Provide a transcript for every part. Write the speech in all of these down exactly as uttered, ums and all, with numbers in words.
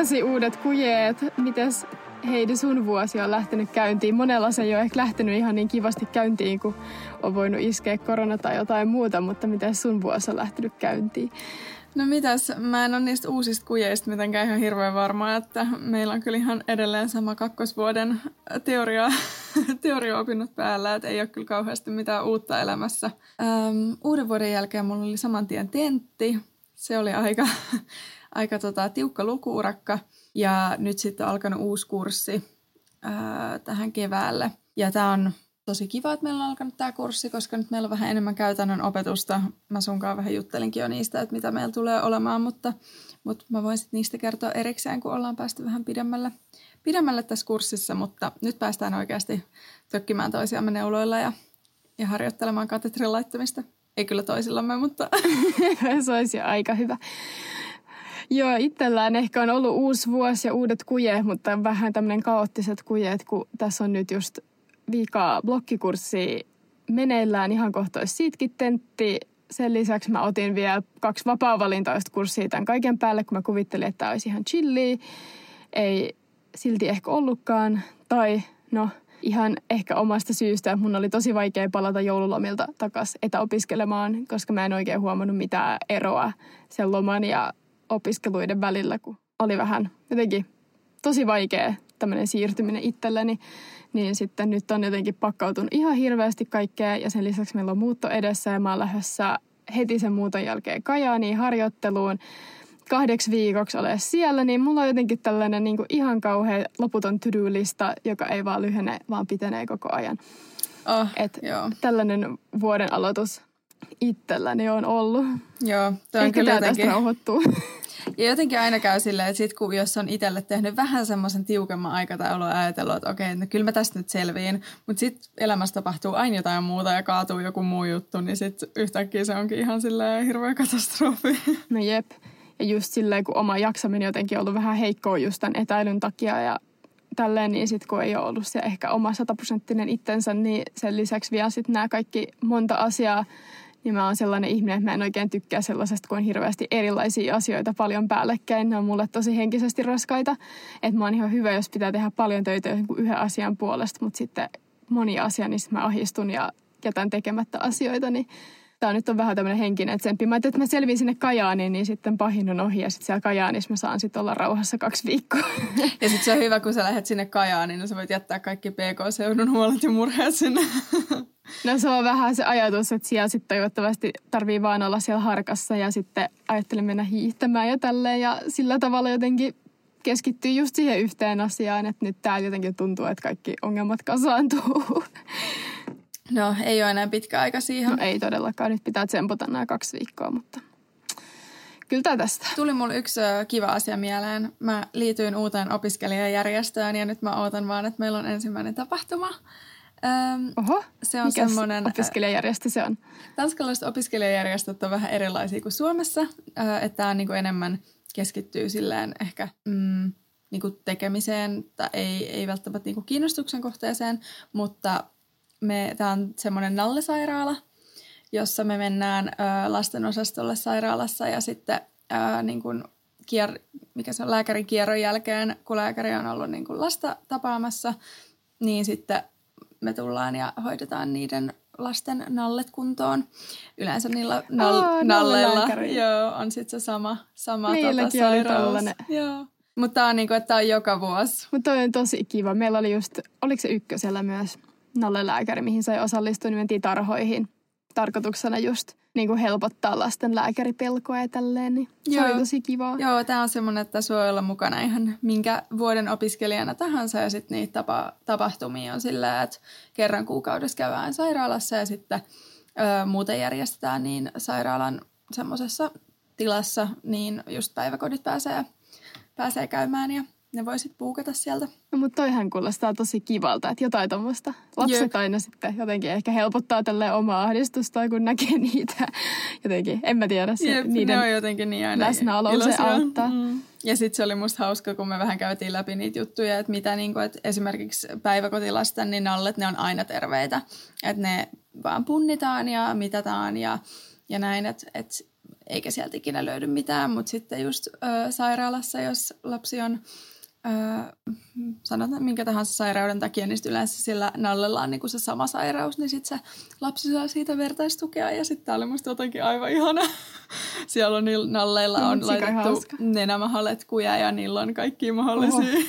tosi uudet kujeet. Mites Heidi sun vuosi on lähtenyt käyntiin? Monella se ei ole ehkä lähtenyt ihan niin kivasti käyntiin, kun on voinut iskeä korona tai jotain muuta, mutta miten sun vuosi on lähtenyt käyntiin? No mitäs, mä en ole niistä uusista kujeista mitenkään ihan hirveän varma, että meillä on kyllä ihan edelleen sama kakkosvuoden teoria, teoriaopinnot päällä, että ei ole kyllä kauheasti mitään uutta elämässä. Öm, uuden vuoden jälkeen mulla oli saman tien tentti, se oli aika, aika tota, tiukka lukuurakka ja nyt sitten on alkanut uusi kurssi ää, tähän keväälle ja tää on tosi kiva, että meillä on alkanut tämä kurssi, koska nyt meillä on vähän enemmän käytännön opetusta. Mä sunkaan vähän juttelinkin jo niistä, että mitä meillä tulee olemaan, mutta, mutta mä voin sitten niistä kertoa erikseen, kun ollaan päästy vähän pidemmälle, pidemmälle tässä kurssissa. Mutta nyt päästään oikeasti tökkimään toisiamme neuloilla ja, ja harjoittelemaan katedrin laittamista. Ei kyllä toisillamme, mutta se olisi aika hyvä. Joo, itsellään ehkä on ollut uusi vuosi ja uudet kujeet, mutta vähän tämmöinen kaoottiset kujeet, kun tässä on nyt just viikkoa blokkikurssia meneillään, ihan kohta olisi siitäkin tentti. Sen lisäksi mä otin vielä kaksi vapaa-valintoista kurssia tämän kaiken päälle, kun mä kuvittelin, että tämä olisi ihan chillia. Ei silti ehkä ollutkaan. Tai no ihan ehkä omasta syystä, että mun oli tosi vaikea palata joululomilta takaisin etäopiskelemaan, koska mä en oikein huomannut mitään eroa sen loman ja opiskeluiden välillä, kun oli vähän jotenkin tosi vaikea tämmöinen siirtyminen itselleni. Niin sitten nyt on jotenkin pakkautunut ihan hirveästi kaikkea ja sen lisäksi meillä on muutto edessä ja mä oon lähdössä heti sen muuton jälkeen Kajaaniin harjoitteluun kahdeksi viikoksi ole siellä, niin mulla on jotenkin tällainen niin kuin ihan kauhea loputon to-do-lista, joka ei vaan lyhene, vaan pitenee koko ajan. Oh, Et joo. Tällainen vuoden aloitus itselläni on ollut. Joo, toi on ehkä kyllä tää jotenkin tästä rauhoittuu. Ja jotenkin aina käy silleen, että sit kun jos on itselle tehnyt vähän semmoisen tiukemman aikataulun ajatellut, että okei, no kyllä mä tästä nyt selviin, mutta sitten elämässä tapahtuu aina jotain muuta ja kaatuu joku muu juttu, niin sitten yhtäkkiä se onkin ihan silleen hirveä katastrofi. No jep. Ja just silleen, kun oma jaksaminen jotenkin on ollut vähän heikkoa just tämän etäilyn takia ja tälleen, niin sitten kun ei ole ollut se ehkä oma sataprosenttinen itsensä, niin sen lisäksi vielä sitten nämä kaikki monta asiaa, niin mä oon sellainen ihminen, että mä en oikein tykkää sellaisesta, kun on hirveästi erilaisia asioita paljon päällekkäin. Ne on mulle tosi henkisesti raskaita. Että mä oon ihan hyvä, jos pitää tehdä paljon töitä yhden asian puolesta, mutta sitten moni asia, niin mä ahdistun ja jätän tekemättä asioita. Niin tää on nyt on vähän tämmöinen henkinen tsemppi. Mä ajattelin, että mä selviin sinne Kajaaniin, niin sitten pahin on ohi ja sitten siellä Kajaanissa mä saan sitten olla rauhassa kaksi viikkoa. Ja sitten se on hyvä, kun sä lähdet sinne Kajaaniin, niin sä voit jättää kaikki P K-seudun huolet ja murheet sinne. No se on vähän se ajatus, että siellä sitten toivottavasti tarvii vaan olla siellä Harkassa ja sitten ajattelin mennä hiihtämään ja tälleen. Ja sillä tavalla jotenkin keskittyy just siihen yhteen asiaan, että nyt täällä jotenkin tuntuu, että kaikki ongelmat kasaantuu. No ei ole enää pitkä aika siihen. No ei todellakaan, nyt pitää tsempata nämä kaksi viikkoa, mutta kyllä tämä tästä. Tuli mulle yksi kiva asia mieleen. Mä liityin uuteen opiskelijajärjestöön ja nyt mä ootan vaan, että meillä on ensimmäinen tapahtuma. Öm, Oho, se on mikäs semmoinen opiskelijajärjestö se on? Tanskalaiset opiskelijajärjestöt on vähän erilaisia kuin Suomessa, että tämä on niin kuin enemmän keskittyy silleen ehkä mm, niin kuin tekemiseen tai ei, ei välttämättä niin kuin kiinnostuksen kohteeseen, mutta tämä on semmoinen nallesairaala, jossa me mennään ö, lastenosastolle sairaalassa ja sitten ö, niin kuin kier, mikä se on, lääkärin kierron jälkeen, kun lääkäri on ollut niin kuin lasta tapaamassa, niin sitten me tullaan ja hoidetaan niiden lasten nallet kuntoon. Yleensä niillä nal- Aa, nalleilla joo, on sitten se sama, sama meilläkin tota, oli sairaus. tollainen. Joo. Mutta tämä on, niinku, että on joka vuosi. Mutta toi on tosi kiva. Meillä oli just, oliko se ykkösellä myös nallelääkäri, mihin sai osallistua, niin mentiin tarhoihin. Tarkoituksena just niin kuin helpottaa lasten lääkäripelkoa ja tälleen, niin se Joo. oli tosi kivaa. Joo, tämä on semmoinen, että sua olla mukana ihan minkä vuoden opiskelijana tahansa ja sitten niitä tapa, tapahtumia on sillä, että kerran kuukaudessa käydään sairaalassa ja sitten ö, muuten järjestetään niin sairaalan semmoisessa tilassa, niin just päiväkodit pääsee, pääsee käymään ja ne voi sitten puukata sieltä. No, mutta toihan kuulostaa tosi kivalta, että jotain tuommoista. Lapset Jep. aina sitten jotenkin ehkä helpottaa tälleen omaa ahdistusta, kun näkee niitä. Jotenkin, en mä tiedä, se, Jep, niiden ne on jotenkin niin aina läsnäolo se iloisia. auttaa. Mm. Ja sitten se oli musta hauska, kun me vähän käytiin läpi niitä juttuja, että mitä niin kuin, että esimerkiksi päiväkotilasten, niin nallet, ne on aina terveitä. Että ne vaan punnitaan ja mitataan ja, ja näin, että et, eikä sieltä ikinä löydy mitään, mutta sitten just ö, sairaalassa, jos lapsi on Öö, sanotaan minkä tahansa sairauden takia, niin yleensä sillä nallella on niinku se sama sairaus, niin sitten se lapsi saa siitä vertaistukea ja sitten tää oli musta jotenkin aivan ihana. Siellä on niillä nalleilla on mm, laitettu nenämahaletkuja ja niillä on kaikkia mahdollisia.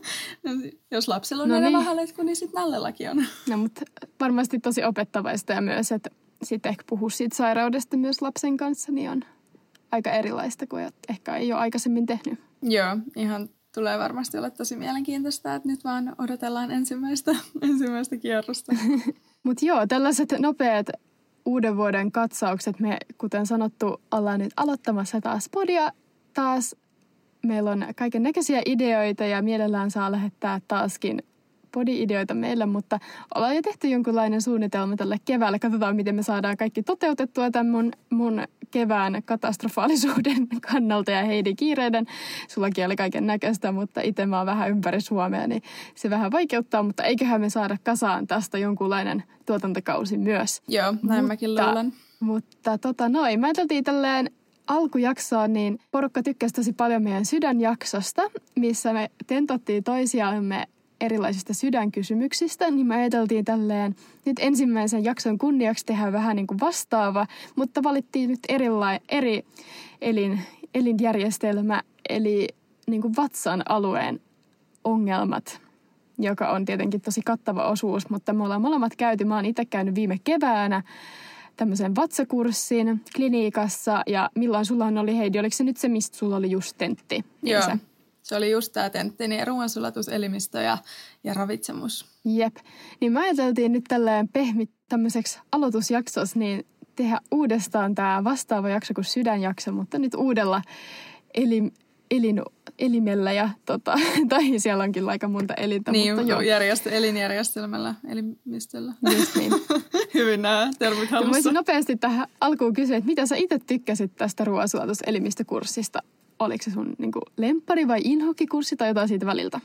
Jos lapsilla on no nenämahaletku, niin, niin sitten nallellakin on. No mutta varmasti tosi opettavaista ja myös, että sitten ehkä puhua siitä sairaudesta myös lapsen kanssa, niin on aika erilaista kuin ehkä ei ole aikaisemmin tehnyt. Joo, ihan tulee varmasti olla tosi mielenkiintoista, että nyt vaan odotellaan ensimmäistä, ensimmäistä kierrosta. Mutta joo, tällaiset nopeat uuden vuoden katsaukset. Me, kuten sanottu, ollaan nyt aloittamassa taas podia. Taas meillä on kaiken näköisiä ideoita ja mielellään saa lähettää taaskin podi-ideoita meille, mutta ollaan jo tehty jonkunlainen suunnitelma tälle keväälle. Katsotaan, miten me saadaan kaikki toteutettua tämän mun, mun kevään katastrofaalisuuden kannalta ja Heidi kiireiden. Sullakin oli kaiken näköistä, mutta itse mä oon vähän ympäri Suomea, niin se vähän vaikeuttaa, mutta eiköhän me saada kasaan tästä jonkunlainen tuotantokausi myös. Joo, näin mutta, mäkin luulen. Mutta tota noin, mä ajateltiin tälleen alkujaksoon, niin porukka tykkäsi tosi paljon meidän sydänjaksosta, missä me tentottiin toisiaamme erilaisista sydänkysymyksistä, niin me ajateltiin tälleen nyt ensimmäisen jakson kunniaksi tehdä vähän niin kuin vastaava, mutta valittiin nyt erila- eri elin, elinjärjestelmä, eli niin kuin vatsan alueen ongelmat, joka on tietenkin tosi kattava osuus, mutta me ollaan molemmat käyty. Mä oon itse käynyt viime keväänä tämmöisen vatsakurssin kliniikassa, ja milloin sulla oli, Heidi, oliko se nyt se, mistä sulla oli just tentti? Joo. Se? Se oli just tämä tentti, niin ruoansulatuselimistö ja, ja ravitsemus. Jep. Niin me ajateltiin nyt tälleen pehmit tämmöiseksi aloitusjaksossa, niin tehdä uudestaan tämä vastaava jakso kuin sydänjakso, mutta nyt uudella elim, elin, elimellä ja tota, tai siellä onkin aika monta elintä. Niin, mutta joo. Järjestö, elinjärjestelmällä, elimistöllä. Just niin. Hyvin nämä termit halussa. Voisin nopeasti tähän alkuun kysyä, että mitä sä itse tykkäsit tästä ruoansulatuselimistö-kurssista? Oliko se sun niin kuin lemppari vai inhokkikurssi tai jotain siitä väliltä?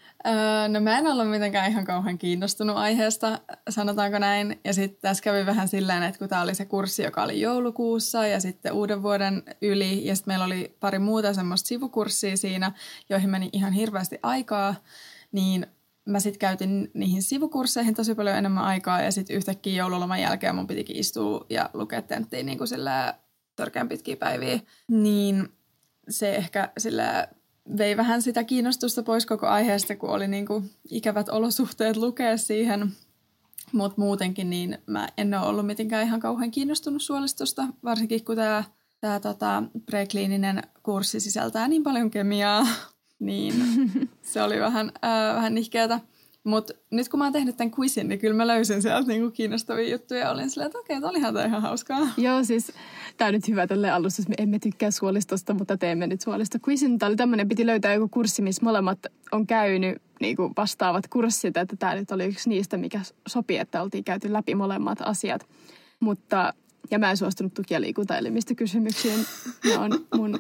Öö, no mä en ollut mitenkään ihan kauhean kiinnostunut aiheesta, sanotaanko näin. Ja sitten tässä kävi vähän silleen, että kun tämä oli se kurssi, joka oli joulukuussa ja sitten uuden vuoden yli. Ja sitten meillä oli pari muuta semmoista sivukurssia siinä, joihin meni ihan hirveästi aikaa. Niin mä sitten käytin niihin sivukursseihin tosi paljon enemmän aikaa. Ja sitten yhtäkkiä joululoman jälkeen mun pitikin istua ja lukea tenttiin niin kuin sillä törkeän pitkiä päiviä. Niin se ehkä sillä vei vähän sitä kiinnostusta pois koko aiheesta, kun oli niinku ikävät olosuhteet lukea siihen. Mutta muutenkin niin mä en ole ollut mitenkään ihan kauhean kiinnostunut suolistosta, varsinkin kun tämä tää, tota, prekliininen kurssi sisältää niin paljon kemiaa, niin se oli vähän, äh, vähän nihkeätä. Mutta nyt kun mä oon tehnyt tämän quizin, niin kyllä mä löysin sieltä niinku kiinnostavia juttuja ja olin silleen, että okei, okay, olihan tämä ihan hauskaa. Joo, siis tämä on nyt hyvä tälle alussa, jos me emme tykkää suolistosta, mutta teemme nyt suolista quizin. Tämä oli tämmöinen, piti löytää joku kurssi, missä molemmat on käynyt niinku vastaavat kurssit, että tämä nyt oli yksi niistä, mikä sopii, että oltiin käyty läpi molemmat asiat. Mutta, ja mä en suostunut tuki- ja liikuntaelimistökysymyksiin, ne on mun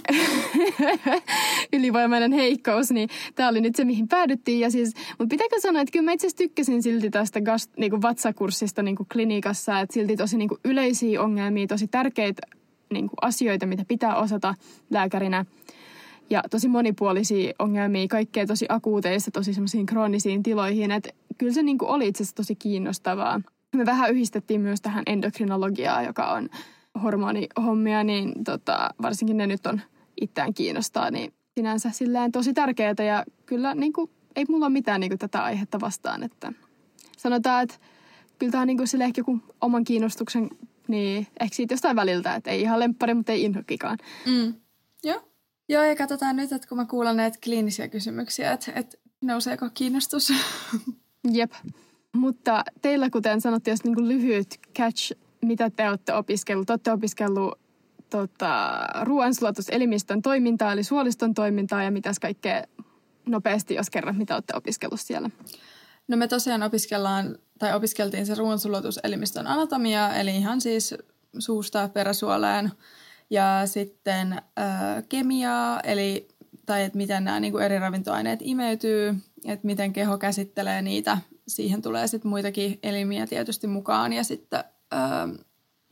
ylivoimainen heikkous, niin tämä oli nyt se, mihin päädyttiin. Ja siis, mutta pitääkö sanoa, että kyllä mä itse asiassa tykkäsin silti tästä gast, niinku vatsakurssista niinku klinikassa, että silti tosi niinku yleisiä ongelmia, tosi tärkeitä niinku asioita, mitä pitää osata lääkärinä. Ja tosi monipuolisia ongelmia, kaikkea tosi akuuteista, tosi semmoisiin kroonisiin tiloihin, että kyllä se niinku oli itse asiassa tosi kiinnostavaa. Me vähän yhdistettiin myös tähän endokrinologiaa, joka on hormonihommia, niin tota, varsinkin ne nyt on itseään kiinnostaa, niin sinänsä silleen tosi tärkeää. Ja kyllä niin kuin, ei mulla ole mitään niin kuin, tätä aihetta vastaan. Että sanotaan, että kyllä tämä on niin kuin, sille ehkä joku oman kiinnostuksen, niin ehkä siitä jostain väliltä, että ei ihan lemppari, mutta ei inhokkikaan. Mm. Joo. Joo, ja katsotaan nyt, että kun mä kuulen näitä kliinisiä kysymyksiä, että, että nouseeko kiinnostus. Jep. Mutta teillä, kuten sanottiin, jos niin kuin lyhyt catch, mitä te olette opiskellut? Te olette opiskellut tota, ruoansulatuselimistön toimintaa, eli suoliston toimintaa, ja mitäs kaikkea nopeasti, jos kerran, mitä olette opiskellut siellä? No me tosiaan opiskellaan, tai opiskeltiin se ruoansulatuselimistön anatomia, eli ihan siis suusta peräsuoleen, ja sitten äh, kemiaa, eli tai että miten nämä niin kuin eri ravintoaineet imeytyy, että miten keho käsittelee niitä. Siihen tulee sitten muitakin elimiä tietysti mukaan ja sitten öö,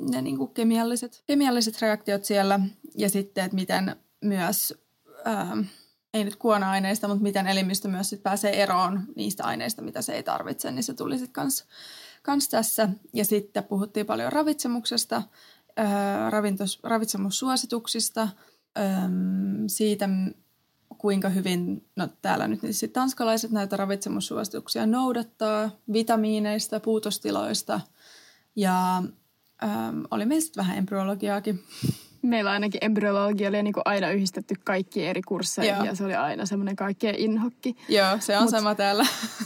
ne niin kuin kemialliset, kemialliset reaktiot siellä ja sitten, että miten myös, ää, ei nyt kuona-aineista, mutta miten elimistö myös sit pääsee eroon niistä aineista, mitä se ei tarvitse, niin se tuli sitten kans, kans tässä. Ja sitten puhuttiin paljon ravitsemuksesta, ää, ravintos, ravitsemussuosituksista, ää, siitä, kuinka hyvin, no täällä nyt sitten tanskalaiset näitä ravitsemussuosituksia noudattaa, vitamiineista, puutostiloista ja äm, oli meillä sitten vähän embryologiaakin. Meillä ainakin embryologia oli niin kuin aina yhdistetty kaikki eri kursseihin. Joo. Ja se oli aina semmoinen kaikkien inhokki. Joo, se on Mut... sama täällä.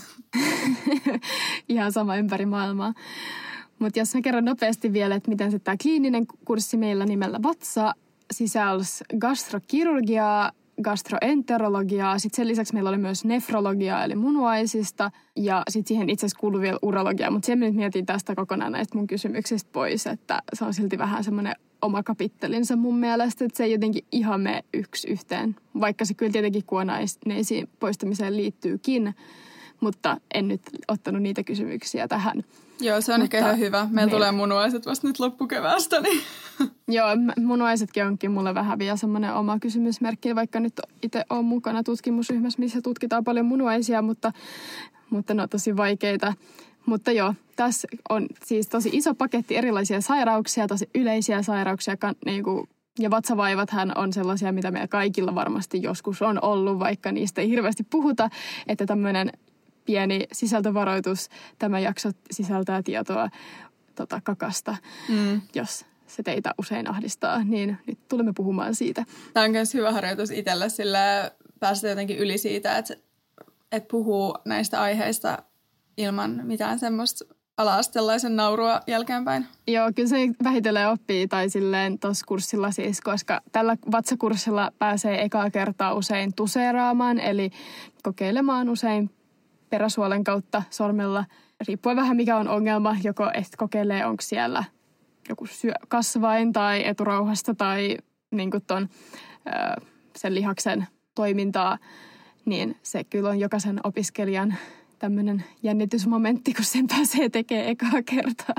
Ihan sama ympäri maailmaa. Mutta jos mä kerron nopeasti vielä, että miten se tämä kliininen kurssi meillä nimellä vatsa sisälsi gastrokirurgiaa, gastroenterologiaa. Sitten sen lisäksi meillä oli myös nefrologiaa, eli munuaisista. Ja sitten siihen itse asiassa kuului vielä urologiaa. Mutta sen mä nyt mietin tästä kokonaan näistä mun kysymyksistä pois, että se on silti vähän semmoinen oma kapittelinsa mun mielestä, että se ei jotenkin ihan mene yksi yhteen. Vaikka se kyllä tietenkin kuona-aineisiin poistamiseen liittyykin, mutta en nyt ottanut niitä kysymyksiä tähän. Joo, se on mutta ehkä ihan hyvä. Meillä meillä tulee munuaiset vasta nyt loppukeväästä. Niin. Joo, munuaisetkin onkin mulle vähän vielä semmoinen oma kysymysmerkki, vaikka nyt itse olen mukana tutkimusryhmässä, missä tutkitaan paljon munuaisia, mutta, mutta ne on tosi vaikeita. Mutta joo, tässä on siis tosi iso paketti erilaisia sairauksia, tosi yleisiä sairauksia. Niin kuin, ja vatsavaivathan on sellaisia, mitä meillä kaikilla varmasti joskus on ollut, vaikka niistä ei hirveästi puhuta. Että tämmöinen pieni sisältövaroitus, tämä jakso sisältää tietoa tota, kakasta, mm. jos se teitä usein ahdistaa, niin nyt tulemme puhumaan siitä. Tämä on myös hyvä harjoitus itselle, sillä päästä jotenkin yli siitä, että, että puhuu näistä aiheista ilman mitään semmoista ala-astelaisen naurua jälkeenpäin. Joo, kyllä se vähitellen oppii tai silleen tuossa kurssilla siis, koska tällä vatsakurssilla pääsee ekaa kertaa usein tuseeraamaan, eli kokeilemaan usein peräsuolen kautta sormella, riippuen vähän mikä on ongelma, joko et kokeilee, onko siellä joku syö, kasvain tai eturauhasta tai niin kuin ton, ö, sen lihaksen toimintaa, niin se kyllä on jokaisen opiskelijan tämmöinen jännitysmomentti, kun sen pääsee tekemään ekaa kertaa.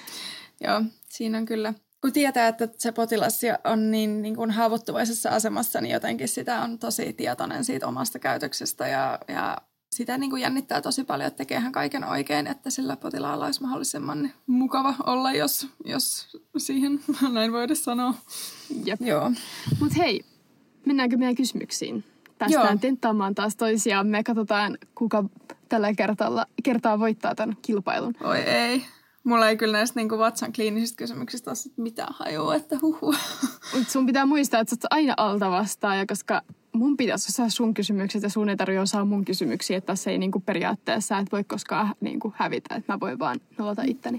Joo, siinä on kyllä. Kun tietää, että se potilas on niin, niin kuin haavoittuvaisessa asemassa, niin jotenkin sitä on tosi tietoinen siitä omasta käytöksestä ja, ja sitä niin kuin jännittää tosi paljon, että tekeehän kaiken oikein, että sillä potilaalla olisi mahdollisimman mukava olla, jos, jos siihen näin voidaan sanoa. Jep. Joo. Mutta hei, mennäänkö meidän kysymyksiin? Päästään Joo. tenttaamaan taas toisiamme. Katsotaan, kuka tällä kertaa, kertaa voittaa tämän kilpailun. Oi ei. Mulla ei kyllä näistä niin kuin vatsan kliinisistä kysymyksistä ole mitään hajua, että huhu. Mutta sun pitää muistaa, että sä oot aina alta vastaaja, koska mun pitäisi osaa sun kysymykset ja sun ei tarvitse osaa mun kysymyksiä. Että tässä ei niin kuin periaatteessa, et voi koskaan niin kuin hävitä, että mä voin vaan nollata itteni.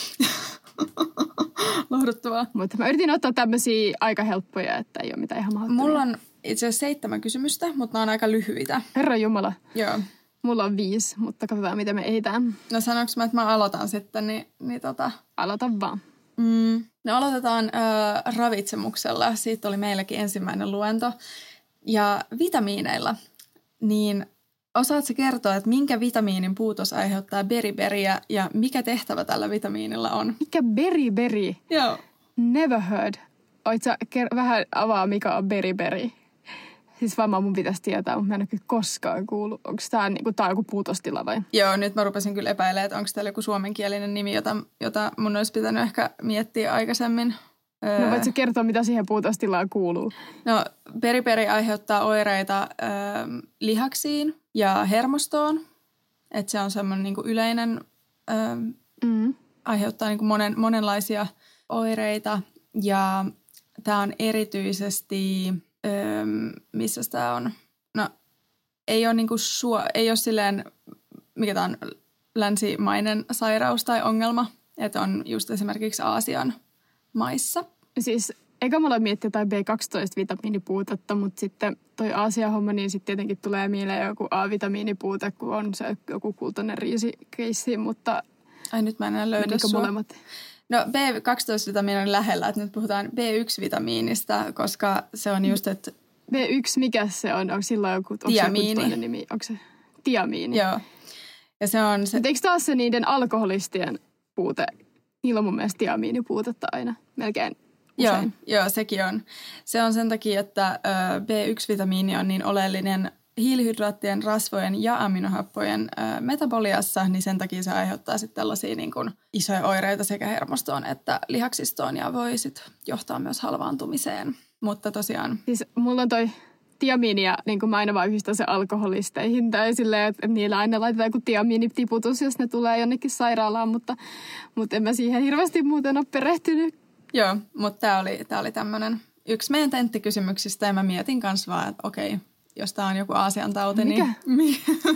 Lohduttavaa. Mutta mä yritin ottaa tämmöisiä aika helppoja, että ei ole mitään ihan mahdottomia. Mulla on itse asiassa seitsemän kysymystä, mutta ne on aika lyhyitä. Herra Jumala. Joo. Mulla on viisi, mutta katsotaan, miten me ehditään. No sanoinko mä, että mä aloitan sitten, niin, niin tota... Aloita vaan. Mm, no aloitetaan ö, ravitsemuksella. Siitä oli meilläkin ensimmäinen luento. Ja vitamiineilla. Niin osaatko kertoa, että minkä vitamiinin puutos aiheuttaa beriberiä ja mikä tehtävä tällä vitamiinilla on? Mikä beriberi? Joo. Never heard. Oit sä ker- vähän avaa, mikä on beriberi? Siis varmaan mun pitäisi tietää, mutta mä en ole kyllä koskaan kuullut. Onko tämä niinku, joku puutostila vai? Joo, nyt mä rupesin kyllä epäilemään, että onko täällä joku suomenkielinen nimi, jota, jota mun olisi pitänyt ehkä miettiä aikaisemmin. No öö... voitko kertoa, mitä siihen puutostilaan kuuluu? No beriberi aiheuttaa oireita öö, lihaksiin ja hermostoon. Että se on semmoinen niinku yleinen, öö, mm. aiheuttaa niinku monen, monenlaisia oireita. Ja tämä on erityisesti... Öö, missä tämä on? No, ei ole, niinku suo, ei ole silleen, mikä tämä on, länsimainen sairaus tai ongelma, että on just esimerkiksi Aasian maissa. Siis, eikä mulla miettiä jotain B kaksitoista-vitamiinipuutetta, mutta sitten toi Aasia-homma, niin sitten tietenkin tulee mieleen joku A-vitamiinipuute, kun on se joku kultainen riisikeissi, mutta... Ai nyt mä en enää löydä sua. Molemmat? No B kaksitoista-vitamiini on lähellä, että nyt puhutaan B yksi-vitamiinista, koska se on just, että... B yksi, mikä se on? Onko sillä joku... Tiamiini. Nimi? Onko se tiamiini? Joo. Ja se on se... Mutta eikö taas se niiden alkoholistien puute Niillä on mun mielestä tiamiinipuutetta aina melkein Joo, usein. joo, sekin on. Se on sen takia, että B yksi -vitamiini on niin oleellinen hiilihydraattien, rasvojen ja aminohappojen metaboliassa, niin sen takia se aiheuttaa sitten tällaisia niin kuin isoja oireita sekä hermostoon että lihaksistoon ja voi sitten johtaa myös halvaantumiseen. Mutta tosiaan... Siis mulla on toi tiamiini ja niin kuin mä aina vaan yhdistän se alkoholisteihin tai silleen, että niillä aina laitetaan joku tiamiinitiputus, jos ne tulee jonnekin sairaalaan, mutta, mutta en mä siihen hirveästi muuten ole perehtynyt. Joo, mutta tää oli, tää oli tämmönen yksi meidän tenttikysymyksistä ja mä mietin kanssa vaan, että okei, jos tää on joku Aasian tauti, Mikä? niin...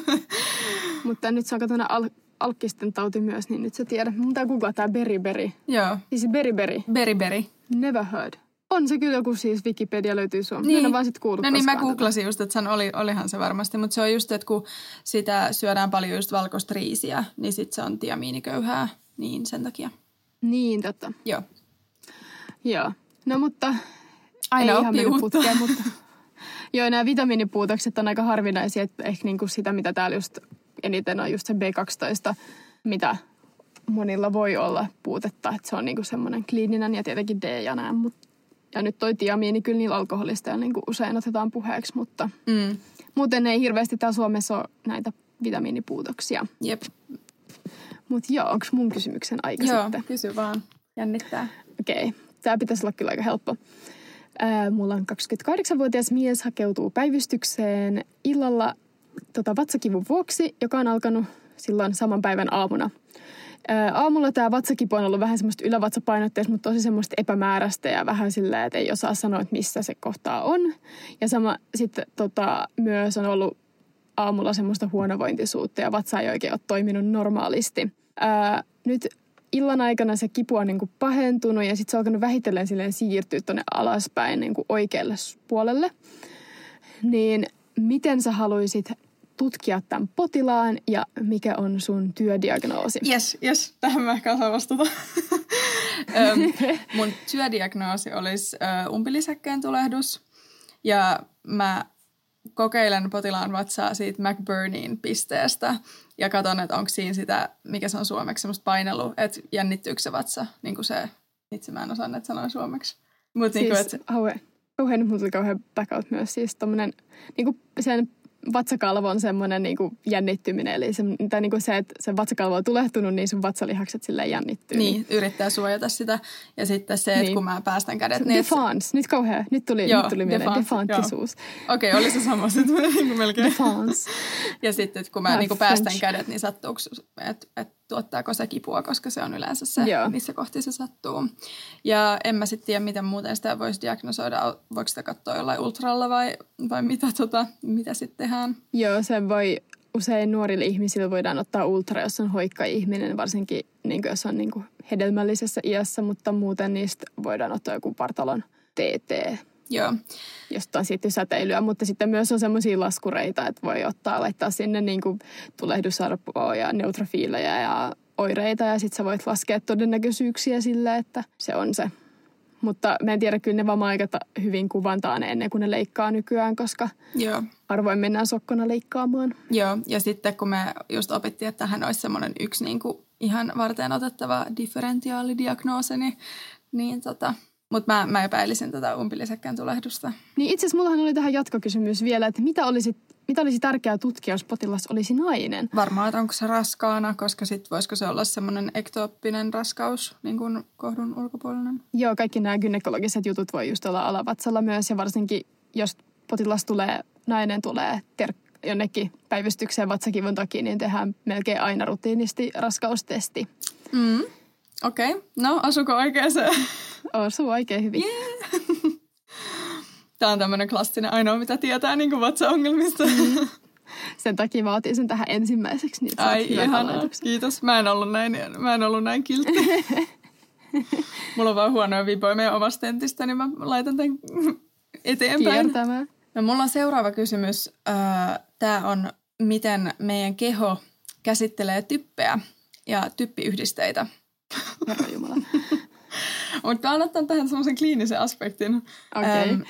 Mutta nyt se on katsona al- alkkisten tauti myös, niin nyt sä tiedät. Mun tää googlaa tää beriberi. Joo. Siis beriberi. Beriberi. Never heard. On se kyllä joku siis Wikipedia löytyy suomessa. Niin. En ole vaan sit kuullut No niin, mä koskaan googlasin just, että sen oli, olihan se varmasti, mutta se on just, että kun sitä syödään paljon just valkoista riisiä, niin sit se on tiamiiniköyhää, niin sen takia. Niin, totta. Joo. Joo. No mutta Aina ei ihan oppii mennyt uutta. putkeen, mutta... Joo, nämä vitamiinipuutokset on aika harvinaisia, että ehkä niinku sitä, mitä täällä just eniten on just se B kaksitoista, mitä monilla voi olla puutetta, että se on niinku semmoinen kliininen ja tietenkin D ja näin. Mut, ja nyt toi tiamiini kyllä niillä alkoholista niinku usein otetaan puheeksi, mutta Mm. muuten ei hirveästi täällä Suomessa ole näitä vitamiinipuutoksia. Jep. Mutta joo, onko mun kysymyksen aika Joo, sitten? kysy vaan. Jännittää. Okei, okay. Tämä pitäisi olla kyllä aika helppo. Ää, mulla on kaksikymmentäkahdeksanvuotias mies hakeutuu päivystykseen illalla tota, vatsakivun vuoksi, joka on alkanut silloin saman päivän aamuna. Ää, aamulla tämä vatsakipu on ollut vähän semmoista ylävatsapainotteista, mutta tosi semmoista epämääräistä ja vähän silleen, että ei osaa sanoa, että missä se kohtaa on. Ja sama sitten tota, myös on ollut aamulla semmoista huonovointisuutta ja vatsa ei oikein ole toiminut normaalisti. Ää, nyt illan aikana se kipu on niin kuin pahentunut ja sitten se on alkanut vähitellen silleen siirtyä tuonne alaspäin niin kuin oikealle puolelle. Niin miten sä haluaisit tutkia tämän potilaan ja mikä on sun työdiagnoosi? Jes, jes, tähän mä ehkä osaan vastata. Öm, mun työdiagnoosi olisi ö, umpilisäkkeen tulehdus ja mä kokeilen potilaan vatsaa siitä McBurneen pisteestä ja katson, että onko siinä sitä, mikä se on suomeksi, semmoista painelu, että jännittyykö se vatsa, niin kuin se, itse mä en osaa näitä sanoa suomeksi. Mut siis niin kuin, että... kauhean, kauhean, nyt mulla tuli kauhean blackout myös, siis tommonen, niin kuin sen vatsakalvon semmoinen niin kuin jännittyminen, eli se, tai niin kuin se, että se vatsakalvo on tulehtunut, niin sun vatsalihakset silleen jännittyy. Niin, niin, yrittää suojata sitä. Ja sitten se, että niin. kun mä päästän kädet... Niin, Defense, nyt kauhean, nyt tuli, joo, nyt tuli mieleen defanttisuus. Okei, okay, oli se sama sitten niin melkein. Defense. Ja sitten, että kun mä niin kuin päästän kädet, niin sattuuko, että et, tuottaako se kipua, koska se on yleensä se, joo. missä kohti se sattuu. Ja en mä sitten tiedä, miten muuten sitä voisi diagnosoida. Voiko sitä katsoa jollain ultralla vai, vai mitä, tota, mitä sitten tehdään? Joo, se voi usein nuorille ihmisille voidaan ottaa ultra, jos on hoikka ihminen, varsinkin niin kuin jos on niin kuin hedelmällisessä iässä, mutta muuten niistä voidaan ottaa joku vartalon T T, Joo. josta on sitten säteilyä, mutta sitten myös on semmoisia laskureita, että voi ottaa, laittaa sinne niin kuin tulehdusarpoa ja neutrofiileja ja oireita ja sitten sä voit laskea todennäköisyyksiä sille, että se on se. Mutta mä en tiedä, kyllä ne vaan aika hyvin kuvantaa ne ennen kuin ne leikkaa nykyään, koska Joo. harvoin mennään sokkona leikkaamaan. Joo, ja sitten kun me just opittiin, että tähän olisi semmoinen yksi niin kuin ihan varten otettava differentiaalidiagnoosi, niin, niin tota... Mutta mä, mä epäilisin tätä umpilisäkkeen tulehdusta. Niin itse asiassa mullahan oli tähän jatkokysymys vielä, että mitä olisi, mitä olisi tärkeää tutkia, jos potilas olisi nainen? Varmaan, että onko se raskaana, koska sitten voisiko se olla semmoinen ektooppinen raskaus, niin kuin kohdun ulkopuolinen? Joo, kaikki nämä gynekologiset jutut voi just olla alavatsalla myös ja varsinkin jos potilas tulee, nainen tulee ter- jonnekin päivystykseen vatsakivun takia, niin tehdään melkein aina rutiinisti raskaustesti. Mm. Okei, okay. No asuko oikein se? Osuu oikein hyvin. Yeah. Tämä on tämmöinen klassinen ainoa, mitä tietää niin kuin vatsaongelmista. Mm. Sen takia mä otin sen tähän ensimmäiseksi. Niin ai ihanaa, kiitos. Mä en ollut näin, mä en ollut näin kiltti. Mulla on vaan huonoja viboja meidän omasta tentistä, niin mä laitan tämän eteenpäin. Kiertämään. No, mulla on seuraava kysymys. Tämä on, miten meidän keho käsittelee typpeä ja typpiyhdisteitä. Herra Jumala. Mutta mä otan tähän semmoisen kliinisen aspektin. Okay. Ähm,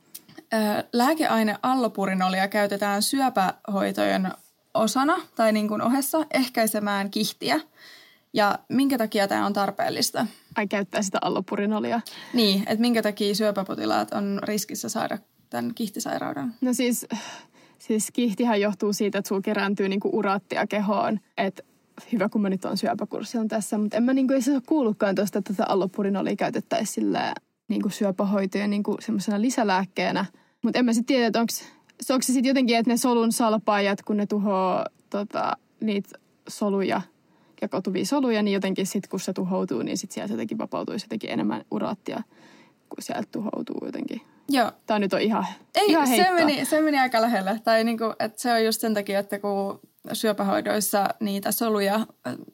äh, lääkeaine allopurinolia käytetään syöpähoitojen osana tai niin kuin ohessa ehkäisemään kihtiä. Ja minkä takia tämä on tarpeellista? Ai käyttää sitä allopurinolia. Niin, että minkä takia syöpäpotilaat on riskissä saada tämän kihtisairauden? No siis, siis kihtihän johtuu siitä, että sulla kerääntyy niinku uraattia kehoon. Että hyvä, kun mä nyt on syöpäkurssilla tässä, mutta en mä niinku ei se ole kuullutkaan tuosta, että tätä allopurinolia käytettäisiin sillä niinku syöpähoitojen niinku semmoisena lisälääkkeenä. Mutta en mä sitten tiedä, että onko se sitten jotenkin, että ne solun salpaajat, kun ne tuhoaa tota, niitä soluja ja kotuvia soluja, niin jotenkin sitten kun se tuhoutuu, niin sitten sieltä jotenkin vapautuisi jotenkin enemmän uraattia, kun sieltä tuhoutuu jotenkin. Joo. Tämä nyt on ihan, Ei, ihan se meni, se meni aika lähelle. Tai niinku, että se on just sen takia, että kun syöpähoidoissa niitä soluja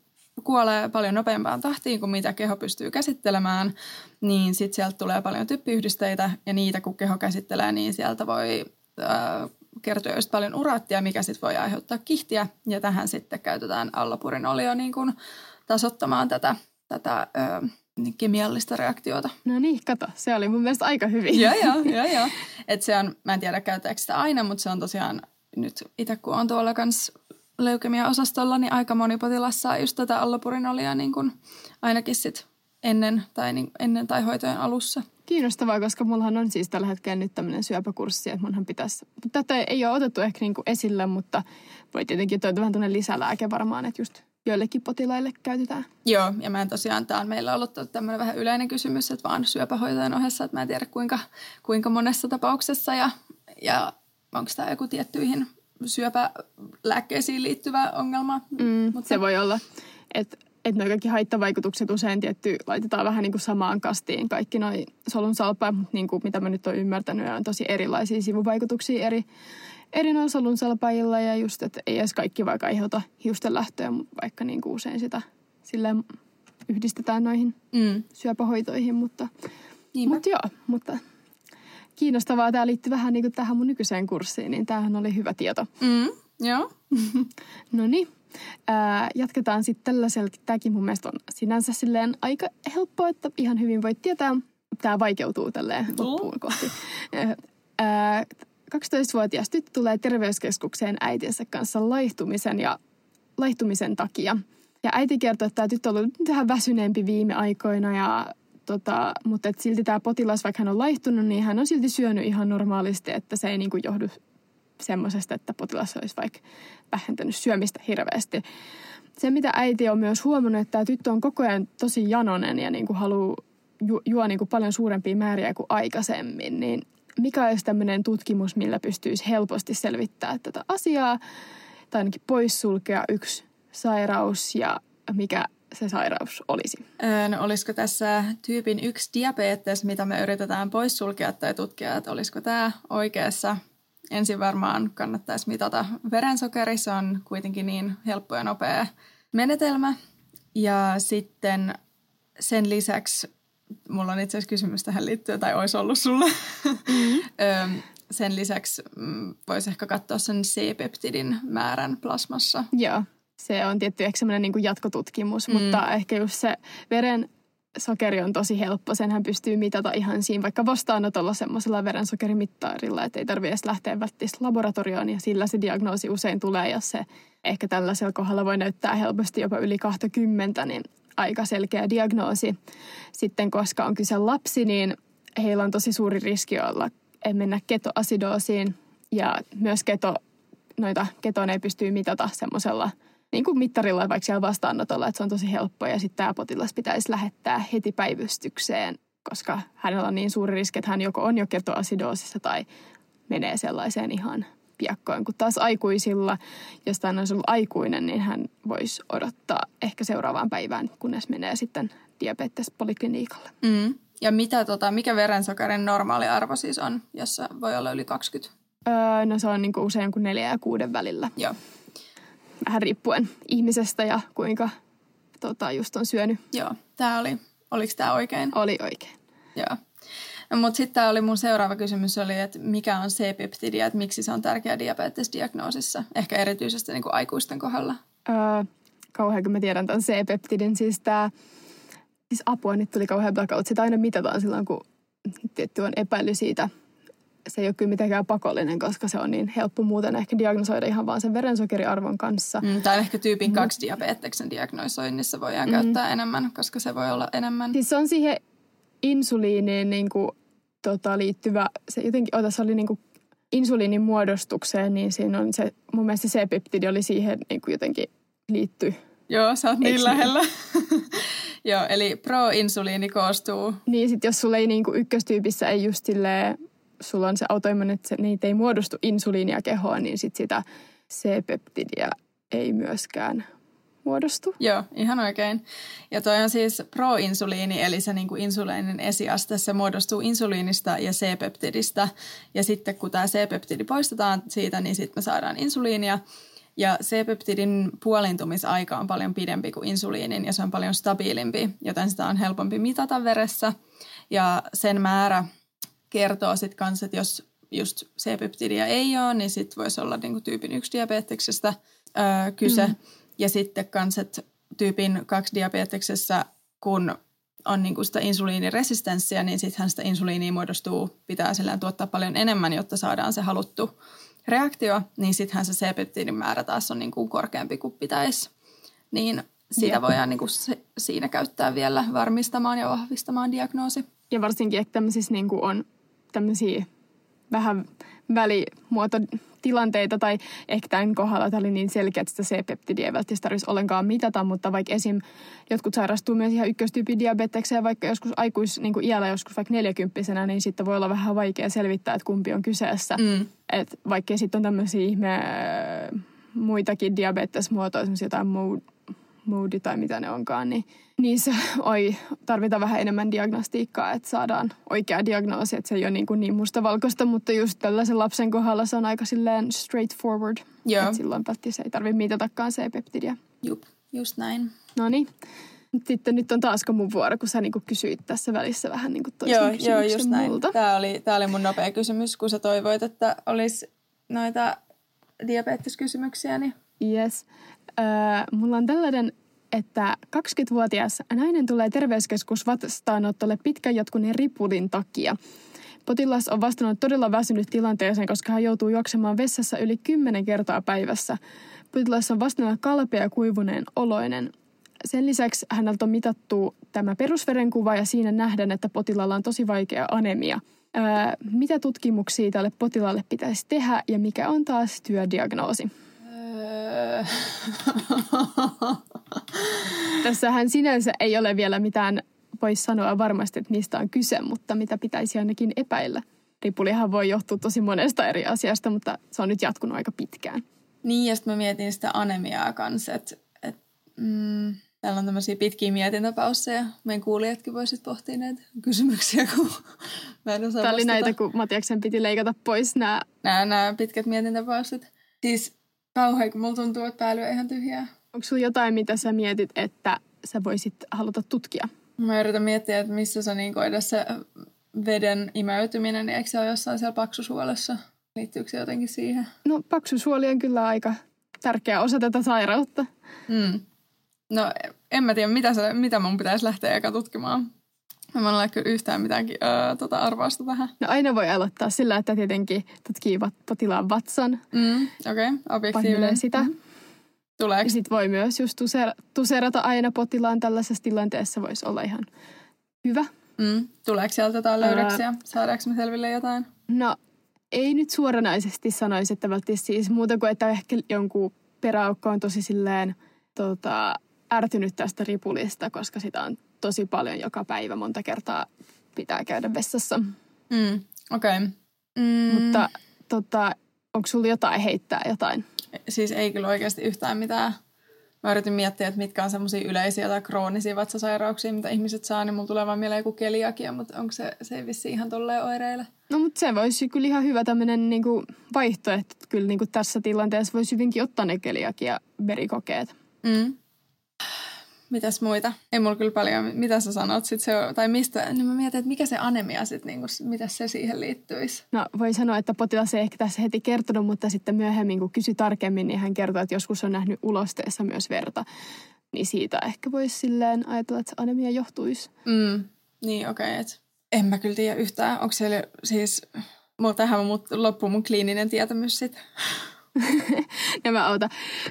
kuolee paljon nopeampaan tahtiin kuin mitä keho pystyy käsittelemään, niin sitten sieltä tulee paljon typpiyhdisteitä ja niitä kun keho käsittelee, niin sieltä voi äh, kertyä just paljon uraattia, mikä sitten voi aiheuttaa kihtiä ja tähän sitten käytetään allopurinolia niin kuin tasoittamaan tätä, tätä äh, kemiallista reaktiota. No niin, kato, se oli mun mielestä aika hyvin. Joo, joo, joo, joo. Että se on, mä en tiedä käytetäänkö sitä aina, mutta se on tosiaan nyt itse kun on tuolla kanssa leukemia-osastolla, niin aika moni potilas saa just tätä allopurinolia niin kuin ainakin sit ennen tai, niin, ennen tai hoitojen alussa. Kiinnostavaa, koska mullahan on siis tällä hetkellä nyt tämmöinen syöpäkurssi, että munhan pitäisi, tätä ei ole otettu ehkä niin kuin esille, mutta voi tietenkin toita vähän tuonne lisälääke varmaan, että just joillekin potilaille käytetään. Joo, ja mä en tosiaan, tää on meillä ollut tämmöinen vähän yleinen kysymys, että vaan syöpähoitojen ohessa, että mä en tiedä kuinka, kuinka monessa tapauksessa ja, ja onko tämä joku tiettyihin syöpälääkkeisiin liittyvä ongelma. Mm, mutta se voi olla, että että nuo kaikki haittavaikutukset usein tietty laitetaan vähän niin kuin samaan kastiin kaikki noi solun salpaat, mutta niin kuin mitä mä nyt olen ymmärtänyt, on tosi erilaisia sivuvaikutuksia eri, eri noilla solun salpaajilla ja just, että ei edes kaikki vaikka aiheuta hiusten lähtöä, mutta vaikka niin kuin usein sitä silleen yhdistetään noihin mm. syöpähoitoihin, mutta, mutta joo, mutta kiinnostavaa. Tämä liittyy vähän niin kuin tähän mun nykyiseen kurssiin, niin tämähän oli hyvä tieto. Mm, joo. No niin. Ää, jatketaan sitten tällaisella. Tämäkin mun mielestä on sinänsä silleen aika helppoa, että ihan hyvin voit tietää. Tämä vaikeutuu tälleen loppuun kohti. Ää, kaksitoistavuotias tyttö tulee terveyskeskukseen äitiensä kanssa laihtumisen ja laihtumisen takia. Ja äiti kertoo, että tämä tyttö on ollut vähän väsyneempi viime aikoina, ja, tota, mutta et silti tämä potilas, vaikka hän on laihtunut, niin hän on silti syönyt ihan normaalisti, että se ei niinku johdu semmoisesta, että potilas olisi vaikka vähentänyt syömistä hirveästi. Se, mitä äiti on myös huomannut, että tämä tyttö on koko ajan tosi janonen ja niinku haluaa ju- juo niinku paljon suurempia määriä kuin aikaisemmin, niin mikä olisi tämmöinen tutkimus, millä pystyisi helposti selvittämään tätä asiaa tai ainakin poissulkea yksi sairaus ja mikä se sairaus olisi? No olisiko tässä tyypin yksi diabetes, mitä me yritetään poissulkea tai tutkia, että olisiko tämä oikeassa? Ensin varmaan kannattaisi mitata verensokeri, se on kuitenkin niin helppo ja nopea menetelmä. Ja sitten sen lisäksi, mulla on itse asiassa kysymys tähän liittyen, tai olisi ollut sulle. Mm-hmm. Sen lisäksi voisi ehkä katsoa sen C-peptidin määrän plasmassa. Joo, se on tietty ehkä semmoinen niin kuin jatkotutkimus, mm. mutta ehkä just se veren sokeri on tosi helppo. Senhän pystyy mitata ihan siinä vaikka vastaanotolla semmoisella verensokerittarilla, että ei tarvitse edes lähteä välttämättä laboratorioon ja sillä se diagnoosi usein tulee, jos se ehkä tällaisella kohdalla voi näyttää helposti jopa yli kaksikymmentä, niin aika selkeä diagnoosi. Sitten koska on kyse lapsi, niin heillä on tosi suuri riski olla mennä ketoasidoosiin ja myös keto, noita ketoneja pystyy mitata semmoisella niin kuin mittarilla vaikka siellä vastaanotolla, että se on tosi helppoa ja sitten tämä potilas pitäisi lähettää heti päivystykseen, koska hänellä on niin suuri riski, että hän joko on jo ketoasidoosissa tai menee sellaiseen ihan piakkoin. Kun taas aikuisilla, jos hän olisi ollut aikuinen, niin hän voisi odottaa ehkä seuraavaan päivään, kunnes menee sitten diabetespoliklinikalle. Mm. Ja mitä, tota, mikä verensokerin normaali arvo siis on, jossa voi olla yli kaksikymmentä? Öö, no se on niin kuin usein kuin neljä ja kuuden välillä. Joo. Vähän riippuen ihmisestä ja kuinka tota, just on syönyt. Joo, tämä oli, oliko tämä oikein? Oli oikein. Joo. No, mutta sitten tämä oli mun seuraava kysymys, oli, että mikä on C-peptidi ja että miksi se on tärkeä diabetesdiagnoosissa, ehkä erityisesti niin kuin aikuisten kohdalla? Öö, kauhean, kun mä tiedän tämän C-peptidin, siis tämä, siis apua, nyt tuli kauhean blackout, sitä aina mitataan silloin, kun tietty on epäily siitä se ei ole kyllä mitenkään pakollinen, koska se on niin helppo muuten ehkä diagnosoida ihan vaan sen verensokeriarvon kanssa. Mm, tai ehkä tyypin kaksi diabeteksen diagnosoinnissa voidaan mm. käyttää enemmän, koska se voi olla enemmän. Siis se on siihen insuliiniin niin kuin, tota, liittyvä, se jotenkin, ota, se oli niin kuin insuliinin muodostukseen, niin siinä on se, mun mielestä se C-peptidi oli siihen niin kuin jotenkin liitty. Joo, sä oot niin lähellä. Joo, eli pro-insuliini koostuu. Niin, sit jos sulla ei niin kuin ykköstyypissä ei just silleen, sulla on se autoimmuuni, että se, niitä ei muodostu insuliinia kehoon, niin sit sitä C-peptidiä ei myöskään muodostu. Joo, ihan oikein. Ja toi on siis pro-insuliini, eli se niin kuin insuliinin esiaste, se muodostuu insuliinista ja C-peptidistä. Ja sitten kun tämä C-peptidi poistetaan siitä, niin sitten me saadaan insuliinia. Ja C-peptidin puolintumisaika on paljon pidempi kuin insuliinin ja se on paljon stabiilimpi, joten sitä on helpompi mitata veressä. Ja sen määrä kertoo sitten kanssa, että jos just C-peptidiä ei ole, niin sitten voisi olla niinku tyypin yksi diabeteksestä öö, kyse. Mm. Ja sitten kanssa, että tyypin kaksi diabeteksessä, kun on niinku sitä insuliiniresistenssiä, niin sittenhän sitä insuliinia muodostuu, pitää silleen tuottaa paljon enemmän, jotta saadaan se haluttu reaktio, niin sittenhän se C-peptidin määrä taas on niin kuin korkeampi kuin pitäisi. Niin sitä Jep. voidaan niin kuin se, siinä käyttää vielä varmistamaan ja vahvistamaan diagnoosi. Ja varsinkin, että tämmöisissä niin kuin on tämmöisiä vähän välimuototilanteita, tai ehkä tämän kohdalla tämä oli niin selkeä, että sitä C-peptidiä ei välttämättä tarvitsisi ollenkaan mitata, mutta vaikka esim. Jotkut sairastuu myös ihan ykköstyypin diabetekseen, vaikka joskus aikuis, niin kuin iällä joskus vaikka neljäkymppisenä, niin sitten voi olla vähän vaikea selvittää, että kumpi on kyseessä. Mm. Että vaikka sitten on tämmöisiä ihme muitakin diabetesmuotoja, esimerkiksi jotain moodi tai mitä ne onkaan, niin niissä oi, tarvitaan vähän enemmän diagnostiikkaa, että saadaan oikea diagnoosi, että se ei ole niin, kuin niin mustavalkoista, mutta just tällaisen lapsen kohdalla se on aika silleen straightforward. Joo. Että silloin se ei tarvitse mitatakaan C-peptidiä. Jup, just näin. No niin. Sitten nyt on taasko mun vuoro, kun sä niinku kysyit tässä välissä vähän niinku toisen joo, kysymyksen joo, just näin. multa. Tämä oli, tämä oli mun nopea kysymys, kun sä toivoit, että olisi noita diabeteskysymyksiä. Niin... Yes. Äh, mulla on tällainen, että kaksikymmentävuotias nainen tulee terveyskeskusvastaanotolle pitkän jatkuneen ripulin takia. Potilas on vastannut todella väsynyt tilanteeseen, koska hän joutuu juoksemaan vessassa yli kymmenen kertaa päivässä. Potilas on vastannut kalpea ja kuivuneen oloinen. Sen lisäksi häneltä on mitattu tämä perusverenkuva ja siinä nähdään, että potilaalla on tosi vaikea anemia. Ää, mitä tutkimuksia tälle potilaalle pitäisi tehdä ja mikä on taas työdiagnoosi? Öö. Tässähän sinänsä ei ole vielä mitään, voisi sanoa varmasti, että mistä on kyse, mutta mitä pitäisi ainakin epäillä. Ripulihan voi johtua tosi monesta eri asiasta, mutta se on nyt jatkunut aika pitkään. Niin, ja sitten mä mietin sitä anemiaa kanssa, että et, mm, täällä on tämmöisiä pitkiä mietintäpausseja. Meidän kuulijatkin voisit pohtia näitä kysymyksiä, kun mä en osaa Tämä oli vastata. näitä, kun Matiaksen piti leikata pois nämä... Nämä, nämä pitkät mietintäpausset. Siis kauhean, kun mulla tuntuu, että pääly on ihan tyhjää. Onko sulla jotain, mitä sä mietit, että sä voisit haluta tutkia? Mä yritän miettiä, että missä se niin edes se veden imeytyminen, niin eikö se ole jossain siellä paksusuolessa? Liittyykö se jotenkin siihen? No paksusuoli on kyllä aika tärkeä osa tätä sairautta. Mm. No en mä tiedä, mitä, se, mitä mun pitäisi lähteä eka tutkimaan. Mä en ole kyllä yhtään mitään öö, tota arvausta tähän. No aina voi aloittaa sillä, että tietenkin tutkii potilaan vatsan. Mm, Okei, okay. Objektiivinen. sitä. Mm. Tuleeko? Ja sit voi myös just tuserata aina potilaan tällaisessa tilanteessa, voisi olla ihan hyvä. Mm. Tuleeko sieltä jotain löydöksiä? Saadaanko me selville jotain? No ei nyt suoranaisesti sanoisi, että välttämättä siis muuta kuin, että ehkä jonkun peräaukko on tosi silleen tota, ärtynyt tästä ripulista, koska sitä on tosi paljon joka päivä. Monta kertaa pitää käydä vessassa. Mm. Okei. Okay. Mm. Mutta tota, onko sulla jotain heittää jotain? Siis ei kyllä oikeasti yhtään mitään. Mä yritin miettiä, että mitkä on semmoisia yleisiä tai kroonisia vatsasairauksia, mitä ihmiset saa, niin mulla tulee vaan mieleen joku keliakia, mutta onko se, se ei vissiin ihan tolleen oireille? No, mutta se voisi kyllä ihan hyvä tämmöinen niinku vaihtoehto. Kyllä niinku tässä tilanteessa voisi hyvinkin ottaa ne keliakia verikokeet. Mm. Mitäs muita? Ei mulla kyllä paljon. Mitä sä sanot sit se, tai mistä? Niin mä mietin, että mikä se anemia sitten, niinku, mitä se siihen liittyisi? No voi sanoa, että potilas ei ehkä tässä heti kertonut, mutta sitten myöhemmin kun kysyi tarkemmin, niin hän kertoi, että joskus on nähnyt ulosteessa myös verta. Niin siitä ehkä voisi silleen ajatella, että anemia johtuisi. Mm. Niin okei, okay, että en mä kyllä tiedä yhtään. Onko siellä siis, Mulla tähän loppuu mun kliininen tietämys sitten. Ja mä autan.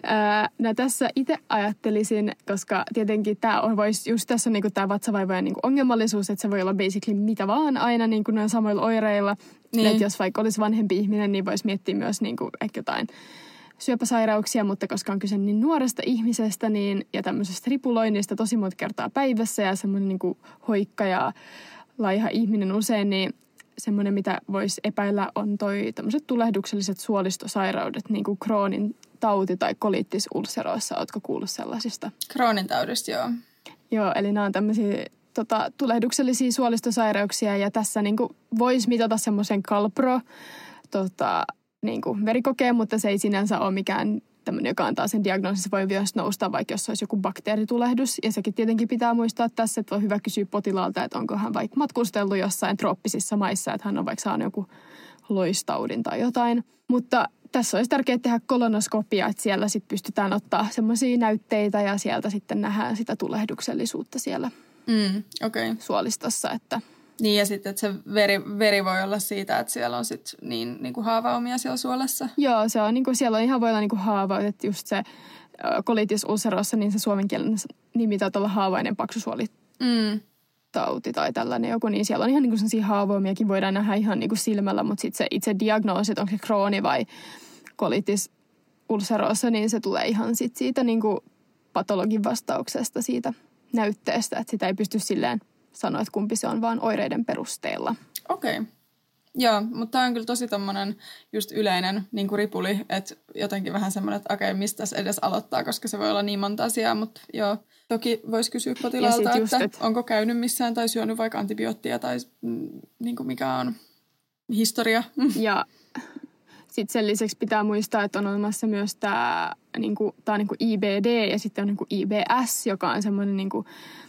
No tässä itse ajattelisin, koska tietenkin tämä on vois, just tässä on niinku tämä vatsavaivojen niinku ongelmallisuus, että se voi olla basically mitä vaan aina niinku noin samoilla oireilla. Niin. Että jos vaikka olisi vanhempi ihminen, niin voisi miettiä myös niinku ehkä jotain syöpäsairauksia, mutta koska on kyse niin nuoresta ihmisestä niin, ja tämmöisestä ripuloinnista tosi monta kertaa päivässä ja semmoinen niinku hoikka ja laiha ihminen usein, niin semmoinen, mitä voisi epäillä, on toi tämmöiset tulehdukselliset suolistosairaudet, niin kuin Crohnin tauti tai colitis ulcerosa. Ootko kuullut sellaisista? Crohnin taudista, joo. Joo, eli nämä on tämmöisiä tota, tulehduksellisia suolistosairauksia, ja tässä niin kuin voisi mitata semmoisen Calpro tota, niin kuin verikokeen, mutta se ei sinänsä ole mikään tämmöinen, joka antaa sen diagnoosin. Se voi myös nousta, vaikka jos olisi joku bakteeritulehdus. Ja sekin tietenkin pitää muistaa tässä, että on hyvä kysyä potilaalta, että onko hän vaikka matkustellut jossain trooppisissa maissa, että hän on vaikka saanut joku loistaudin tai jotain. Mutta tässä olisi tärkeää tehdä kolonoskopia, että siellä sitten pystytään ottaa semmoisia näytteitä ja sieltä sitten nähdään sitä tulehduksellisuutta siellä mm, okay. suolistossa, että niin ja sitten, että se veri, veri voi olla siitä, että siellä on sitten niin, niin kuin haavaumia siellä suolessa. Joo, se on niin kuin, siellä on ihan voi olla niin kuin haava, että just se colitis ulcerosa, niin se suomenkielinen nimi taitaa olla haavainen paksusuolitauti mm. tai tällainen joku, niin siellä on ihan niin kuin sellaisia haavaumiakin voidaan nähdä ihan niin kuin silmällä, mutta sitten se itse diagnoosi, että onko se Crohni vai colitis ulcerosa, niin se tulee ihan sit siitä niin kuin patologin vastauksesta siitä näytteestä, että sitä ei pysty silleen sanoa, että kumpi se on vaan oireiden perusteella. Okei. Okay. Joo, mutta tämä on kyllä tosi tommonen just yleinen niin kuin ripuli, että jotenkin vähän semmoinen, että okei, okay, mistä edes aloittaa, koska se voi olla niin monta asiaa, mutta joo. Toki voisi kysyä potilaalta, että just, et onko käynyt missään tai syönyt vaikka antibioottia tai mm, niin kuin mikä on historia. Ja sitten sen lisäksi pitää muistaa, että on olemassa myös tämä niinku, tää niinku I B D ja sitten on niinku I B S, joka on semmoinen niinku,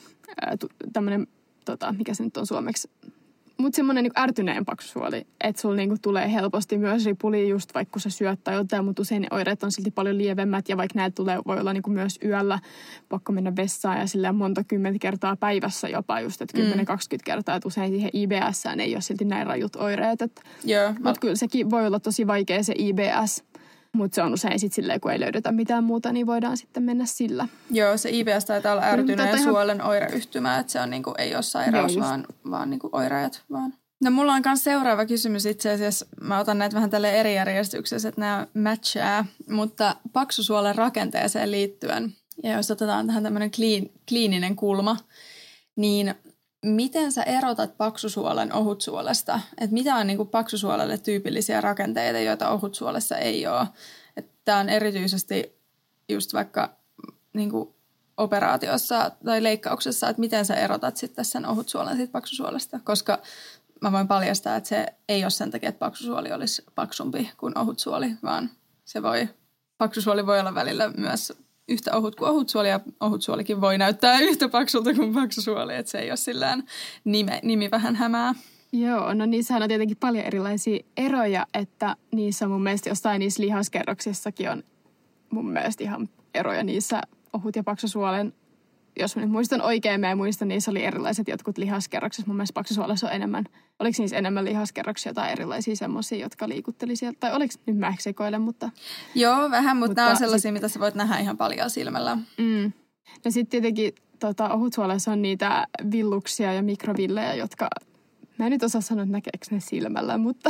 tämmöinen Tota, mikä se nyt on suomeksi, mutta semmoinen niin ärtyneen paksusuoli, että sulla niin tulee helposti myös ripuli just vaikka kun sä syöt tai jotain, mutta usein ne oireet on silti paljon lievemmät ja vaikka näitä tulee, voi olla niin myös yöllä pakko mennä vessaan ja silleen monta kymmentä kertaa päivässä jopa just, että kymmenen kaksikymmentä kertaa, että usein siihen I B S:ään ei ole silti näin rajut oireet. Yeah, mutta ma- kyllä sekin voi olla tosi vaikea se I B S. Mutta se on usein sitten silleen, kun ei löydetä mitään muuta, niin voidaan sitten mennä sillä. Joo, se I B S taitaa olla ärtyneen ihan suolen oireyhtymä, että se on niinku, ei ole sairaus, Joo, vaan, vaan niinku oireet vaan. No mulla on myös seuraava kysymys itse asiassa. Mä otan näitä vähän tälle eri järjestyksessä, että nämä matchaa, mutta paksusuolen rakenteeseen liittyen. Ja jos otetaan tähän tämmöinen kliin, kliininen kulma, niin miten sä erotat paksusuolen ohutsuolesta? Että mitä on niinku paksusuolelle tyypillisiä rakenteita, joita ohutsuolessa ei ole? Tämä on erityisesti just vaikka niinku operaatiossa tai leikkauksessa, että miten sä erotat sitten sen ohutsuolen siitä paksusuolesta? Koska mä voin paljastaa, että se ei ole sen takia, että paksusuoli olisi paksumpi kuin ohutsuoli, vaan se voi, paksusuoli voi olla välillä myös yhtä ohut kuin ohutsuoli, ja ohutsuolikin voi näyttää yhtä paksulta kuin paksusuoli, että se ei ole sillään nime, nimi vähän hämää. Joo, no niissähän on tietenkin paljon erilaisia eroja, että niissä on mun mielestä jostain niissä lihaskerroksissakin on mun mielestä ihan eroja niissä ohut- ja paksusuolen. Jos mä nyt muistan oikein, mä en muista, niissä oli erilaiset jotkut lihaskerrokset. Mun mielestä paksusuolessa on enemmän, oliko niissä enemmän lihaskerroksia tai erilaisia semmoisia, jotka liikutteli sieltä? Tai oliko, nyt mä sekoilen, mutta... Joo, vähän, mutta, mutta nämä on sellaisia, sit, mitä sä voit nähdä ihan paljon silmällä. Mm. No sitten tietenkin tota, ohutsuolessa on niitä villuksia ja mikrovillejä, jotka... Mä en nyt osaa sanoa, että näkeekö ne silmällä, mutta...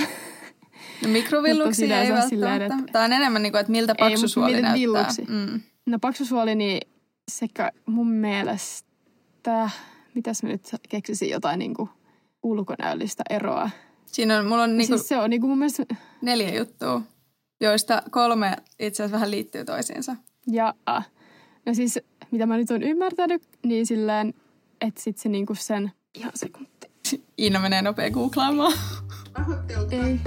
No mikrovilluksia ei välttämättä. Että... Tämä on enemmän niin kuin, että miltä paksusuoli ei, näyttää. Mm. No paksusuoli, niin sekä mun mielestä... Mitäs mä nyt keksisin jotain niin kuin ulkonäöllistä eroa? Siinä on, mulla on niin kuin siis se on niin kuin mun mielestä... neljä juttua, joista kolme itse asiassa vähän liittyy toisiinsa. Jaa. No siis, mitä mä nyt oon ymmärtänyt, niin silleen, että sit se niinku sen... Ihan sekunti. Iina menee nopea googlaamaan. Ei.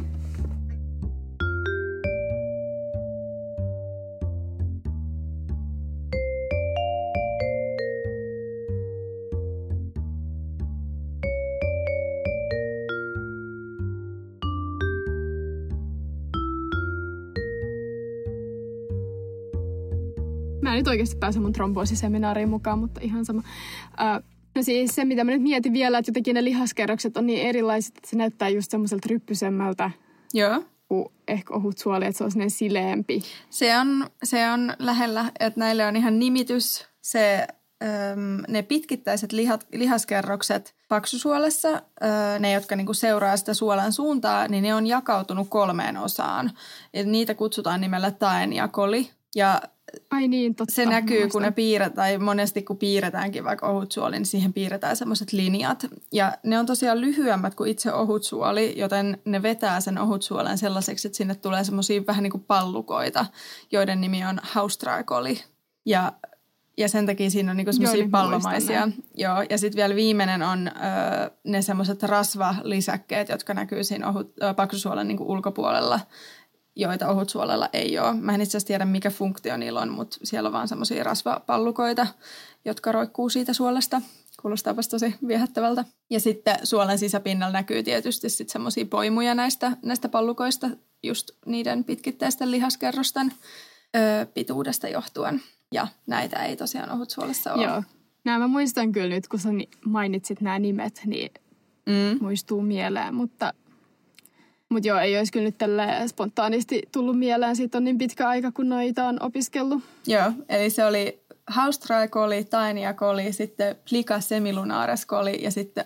Mä en nyt oikeasti pääse mun tromboosiseminaariin mukaan, mutta ihan sama. Uh, no siis se, mitä mä nyt mietin vielä, että jotenkin ne lihaskerrokset on niin erilaiset, että se näyttää just semmoiselta ryppysemmältä Joo. Ehkä ohutsuoli, että se on sellainen sileempi. Se on, se on lähellä, että näille on ihan nimitys. Se, äm, ne pitkittäiset lihat, lihaskerrokset paksusuolessa, ää, ne jotka niinku seuraa sitä suolan suuntaa, niin ne on jakautunut kolmeen osaan. Ja niitä kutsutaan nimellä taen ja koli. Ja Ai niin, totta. se näkyy, kun ne piirretään, tai monesti kun piirretäänkin vaikka ohutsuoli, niin siihen piirretään semmoiset linjat. Ja ne on tosiaan lyhyemmät kuin itse ohutsuoli, joten ne vetää sen ohutsuolen sellaiseksi, että sinne tulee semmoisia vähän niin kuin pallukoita, joiden nimi on haustraakoli. Ja, ja sen takia siinä on niin kuin semmoisia pallomaisia. Joo, ja sitten vielä viimeinen on ö, ne semmoiset rasvalisäkkeet, jotka näkyy siinä ohut, ö, paksusuolen niin kuin ulkopuolella, joita ohutsuolella ei ole. Mä en itse asiassa tiedä, mikä funktio niillä on, mutta siellä on vaan semmoisia rasvapallukoita, jotka roikkuu siitä suolesta. Kuulostaapas tosi viehättävältä. Ja sitten suolen sisäpinnalla näkyy tietysti sitten semmoisia poimuja näistä, näistä pallukoista, just niiden pitkittäisten lihaskerrosten ö, pituudesta johtuen. Ja näitä ei tosiaan ohutsuolessa ole. Joo. Nämä mä muistan kyllä nyt, kun sä mainitsit nämä nimet, niin mm. muistuu mieleen, mutta... Mutta joo, ei olisi kyllä nyt tällä spontaanisti tullut mieleen. Siitä on niin pitkä aika, kun noita on opiskellut. Joo, eli se oli haustraakoli, taeniakoli, sitten plica semilunares koli ja sitten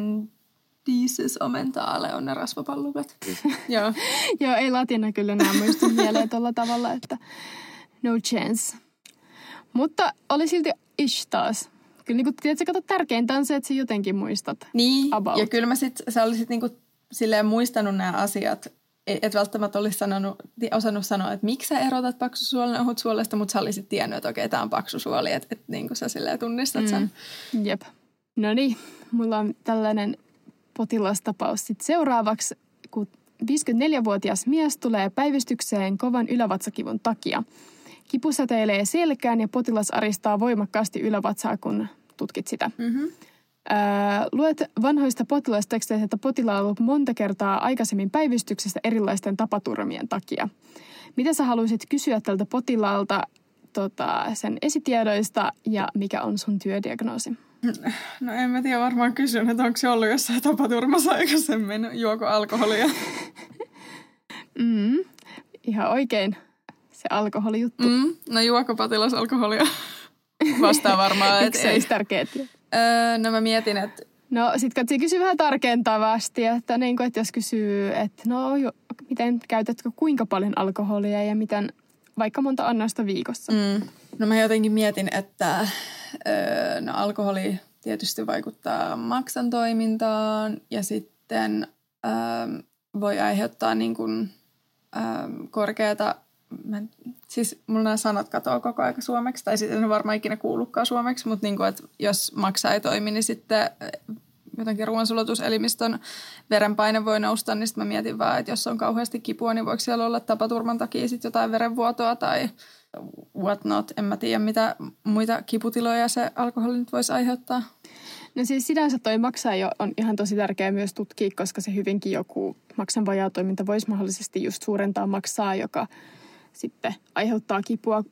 appendices omentale on ne rasvapallukat. Joo. Joo, ei latina kyllä enää muistu mieleen tuolla tavalla, että no chance. Mutta oli silti ish taas. Kyllä niin kuin, tiedätkö, kato, tärkeintä on se, että sä jotenkin muistat. Niin, about. Ja kyllä mä sit, sä olisit niinku silleen muistanut nämä asiat, et välttämättä olisi sanonut, osannut sanoa, että miksi sä erotat paksusuolen ohutsuolesta, mutta sä olisit tiennyt, että okei, tää on paksusuoli, että et, niin kuin sä silleen tunnistat sen. Mm, jep. No niin, mulla on tällainen potilastapaus sitten seuraavaksi, kun viisikymmentäneljävuotias mies tulee päivystykseen kovan ylävatsakivun takia. Kipu säteilee selkään ja potilas aristaa voimakkaasti ylävatsaa, kun tutkit sitä. Mm-hmm. Öö, luet vanhoista potilasteksteistä, että potilaalla on ollut monta kertaa aikaisemmin päivystyksestä erilaisten tapaturmien takia. Mitä sä haluaisit kysyä tältä potilaalta tota, sen esitiedoista ja mikä on sun työdiagnoosi? No en mä tiedä, varmaan kysyn, että onko se ollut jossain tapaturmassa aikaisemmin, juoko alkoholia? mm, ihan oikein se alkoholijuttu. Mm, no juoko potilas alkoholia? Vastaa varmaan, että ei. Miksi tärkeää? Öö, no mä mietin, että... No sit katsi kysyy vähän tarkentavasti, että, niin kun, että jos kysyy, että no jo, miten käytätkö kuinka paljon alkoholia ja miten vaikka monta annosta viikossa? Mm. No mä jotenkin mietin, että öö, no, alkoholi tietysti vaikuttaa maksan toimintaan ja sitten öö, voi aiheuttaa niin kuin, öö, korkeata... Mä, siis mulla nämä sanat katoaa koko aika suomeksi, tai sitten en varmaan ikinä kuullutkaan suomeksi, mutta niin kuin, että jos maksa ei toimi, niin sitten jotenkin ruoansulatuselimistön verenpaine voi nousta, niin sitten mä mietin vaan, että jos on kauheasti kipua, niin voiko siellä olla tapaturman takia sitten jotain verenvuotoa tai what not. En mä tiedä, mitä muita kiputiloja se alkoholi nyt voisi aiheuttaa. No siis sinänsä toi maksa jo on ihan tosi tärkeää myös tutkia, koska se hyvinkin joku maksan vajaatoiminta voisi mahdollisesti just suurentaa maksaa, joka sitten aiheuttaa kipua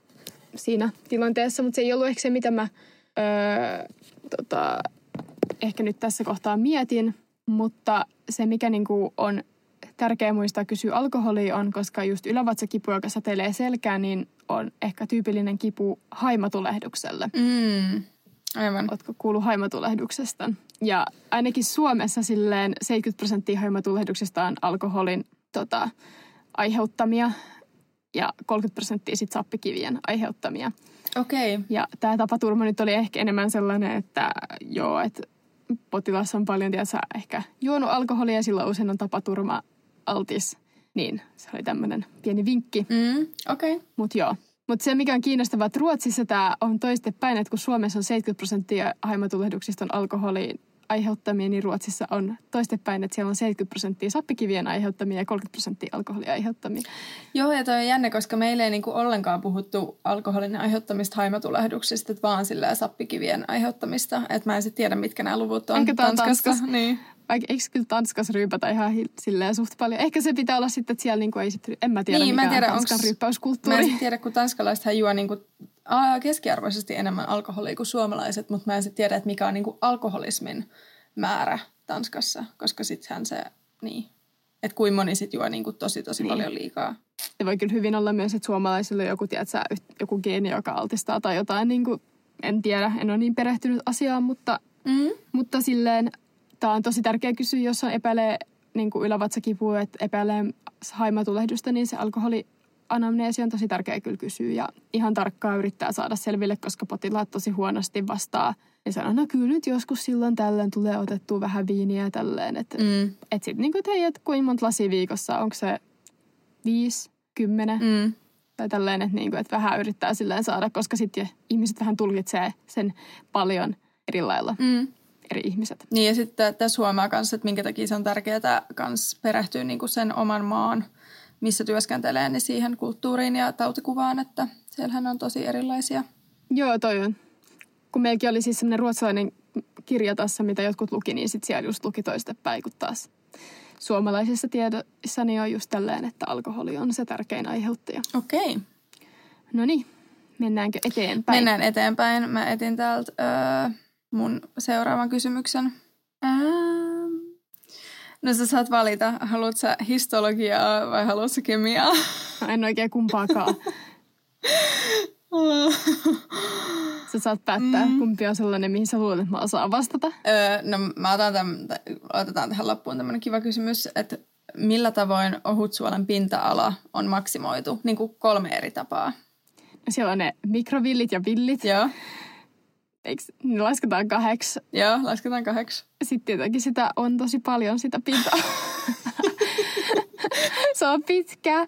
siinä tilanteessa. Mutta se ei ollut ehkä se, mitä mä öö, tota, ehkä nyt tässä kohtaa mietin. Mutta se, mikä niinku on tärkeää muistaa kysyä alkoholia on, koska just ylävatsakipu, joka säteilee selkään, niin on ehkä tyypillinen kipu haimatulehdukselle. Mm. Aivan. Ootko kuullut haimatulehduksesta? Ja ainakin Suomessa silleen seitsemänkymmentä prosenttia haimatulehduksesta on alkoholin tota, aiheuttamia ja kolmekymmentä prosenttia sit sappikivien aiheuttamia. Okei. Okay. Ja tämä tapaturma nyt oli ehkä enemmän sellainen, että joo, että potilas on paljon tiedätkö, ehkä juonut alkoholia ja silloin usein on tapaturma altis. Niin, se oli tämmöinen pieni vinkki. Mm, okei. Okay. Mutta joo. Mutta se, mikä on kiinnostavaa, että Ruotsissa tämä on toistepäin, että kun Suomessa on seitsemänkymmentä prosenttia haimatulehduksista on alkoholin aiheuttamia, niin Ruotsissa on toistepäin, että siellä on seitsemänkymmentä prosenttia sappikivien aiheuttamia ja kolmekymmentä prosenttia alkoholin aiheuttamia. Joo, ja toi on jännä, koska meillä ei niinku ollenkaan puhuttu alkoholin aiheuttamista haimatulehduksista, vaan sillä sappikivien aiheuttamista. Että mä en sitten tiedä, mitkä nämä luvut on. Enkä Tanskassa. Tanskassa. Niin. Vaikka eikö kyllä Tanskassa ryypätä ihan silleen suht paljon. Ehkä se pitää olla sitten, että siellä niinku ei sitten, en mä tiedä niin, mikä mä tiedä, on Tanskan ryyppäyskulttuuri. Mä en tiedä, kun tanskalaisethan juo niinku, aa, keskiarvoisesti enemmän alkoholia kuin suomalaiset, mutta mä en sitten tiedä, että mikä on niinku alkoholismin määrä Tanskassa, koska sittenhän se, niin, Että kuinka moni sit juo niin kuin tosi tosi niin. paljon liikaa. Se voi kyllä hyvin olla myös, että suomalaisilla on joku, tiedätkö, joku geeni, joka altistaa tai jotain, niin kuin, en tiedä, en ole niin perehtynyt asiaan, mutta, mm. mutta silleen tämä on tosi tärkeä kysyä, jos on epäilee niin kuin ylävatsakipua, että epäilee haimatulehdusta, niin se alkoholianamneesi on tosi tärkeä kyllä kysyä ja ihan tarkkaan yrittää saada selville, koska potilaat tosi huonosti vastaa. Ja sanoo, no kyllä nyt joskus silloin tällöin tulee otettua vähän viiniä ja tälleen. Että mm. et sitten niin kuin, että hei, että kuinka monta lasia viikossa, onko se viisi, kymmenen mm. tai tälleen, että, niin kuin, että vähän yrittää silleen saada, koska sitten ihmiset vähän tulkitsee sen paljon eri lailla. Mm. eri ihmiset. Niin ja sitten tässä huomaa kanssa, että minkä takia se on tärkeää kans perehtyä niinku sen oman maan, missä työskentelee, niin siihen kulttuuriin ja tautikuvaan, että siellähän on tosi erilaisia. Joo, toi on. Kun meilläkin oli siis semmoinen ruotsalainen kirja tässä, mitä jotkut luki, niin sitten siellä just luki toistepäin, kun taas suomalaisissa tiedoissa niin on just tälleen, että alkoholi on se tärkein aiheuttaja. Okei. Okay. No niin, mennäänkö eteenpäin? Mennään eteenpäin. Mä etin täältä öö, mun seuraavan kysymyksen. Ähm. No sä saat valita, haluatko sä histologiaa vai haluatko sä kemiaa? No en oikein kumpaakaan. Sä saat päättää, mm. kumpi on sellainen, mihin sä luulet, että mä osaan vastata. Öö, no mä otan tämän, otetaan tähän loppuun tämmöinen kiva kysymys, että millä tavoin ohutsuolen pinta-ala on maksimoitu? Niin kuin kolme eri tapaa. No siellä on ne mikrovillit ja villit. Joo. Eikö, ne lasketaan kahdeksi. Joo, lasketaan kahdeksi. Sitten tietenkin sitä on tosi paljon sitä pintaa. Se on pitkä.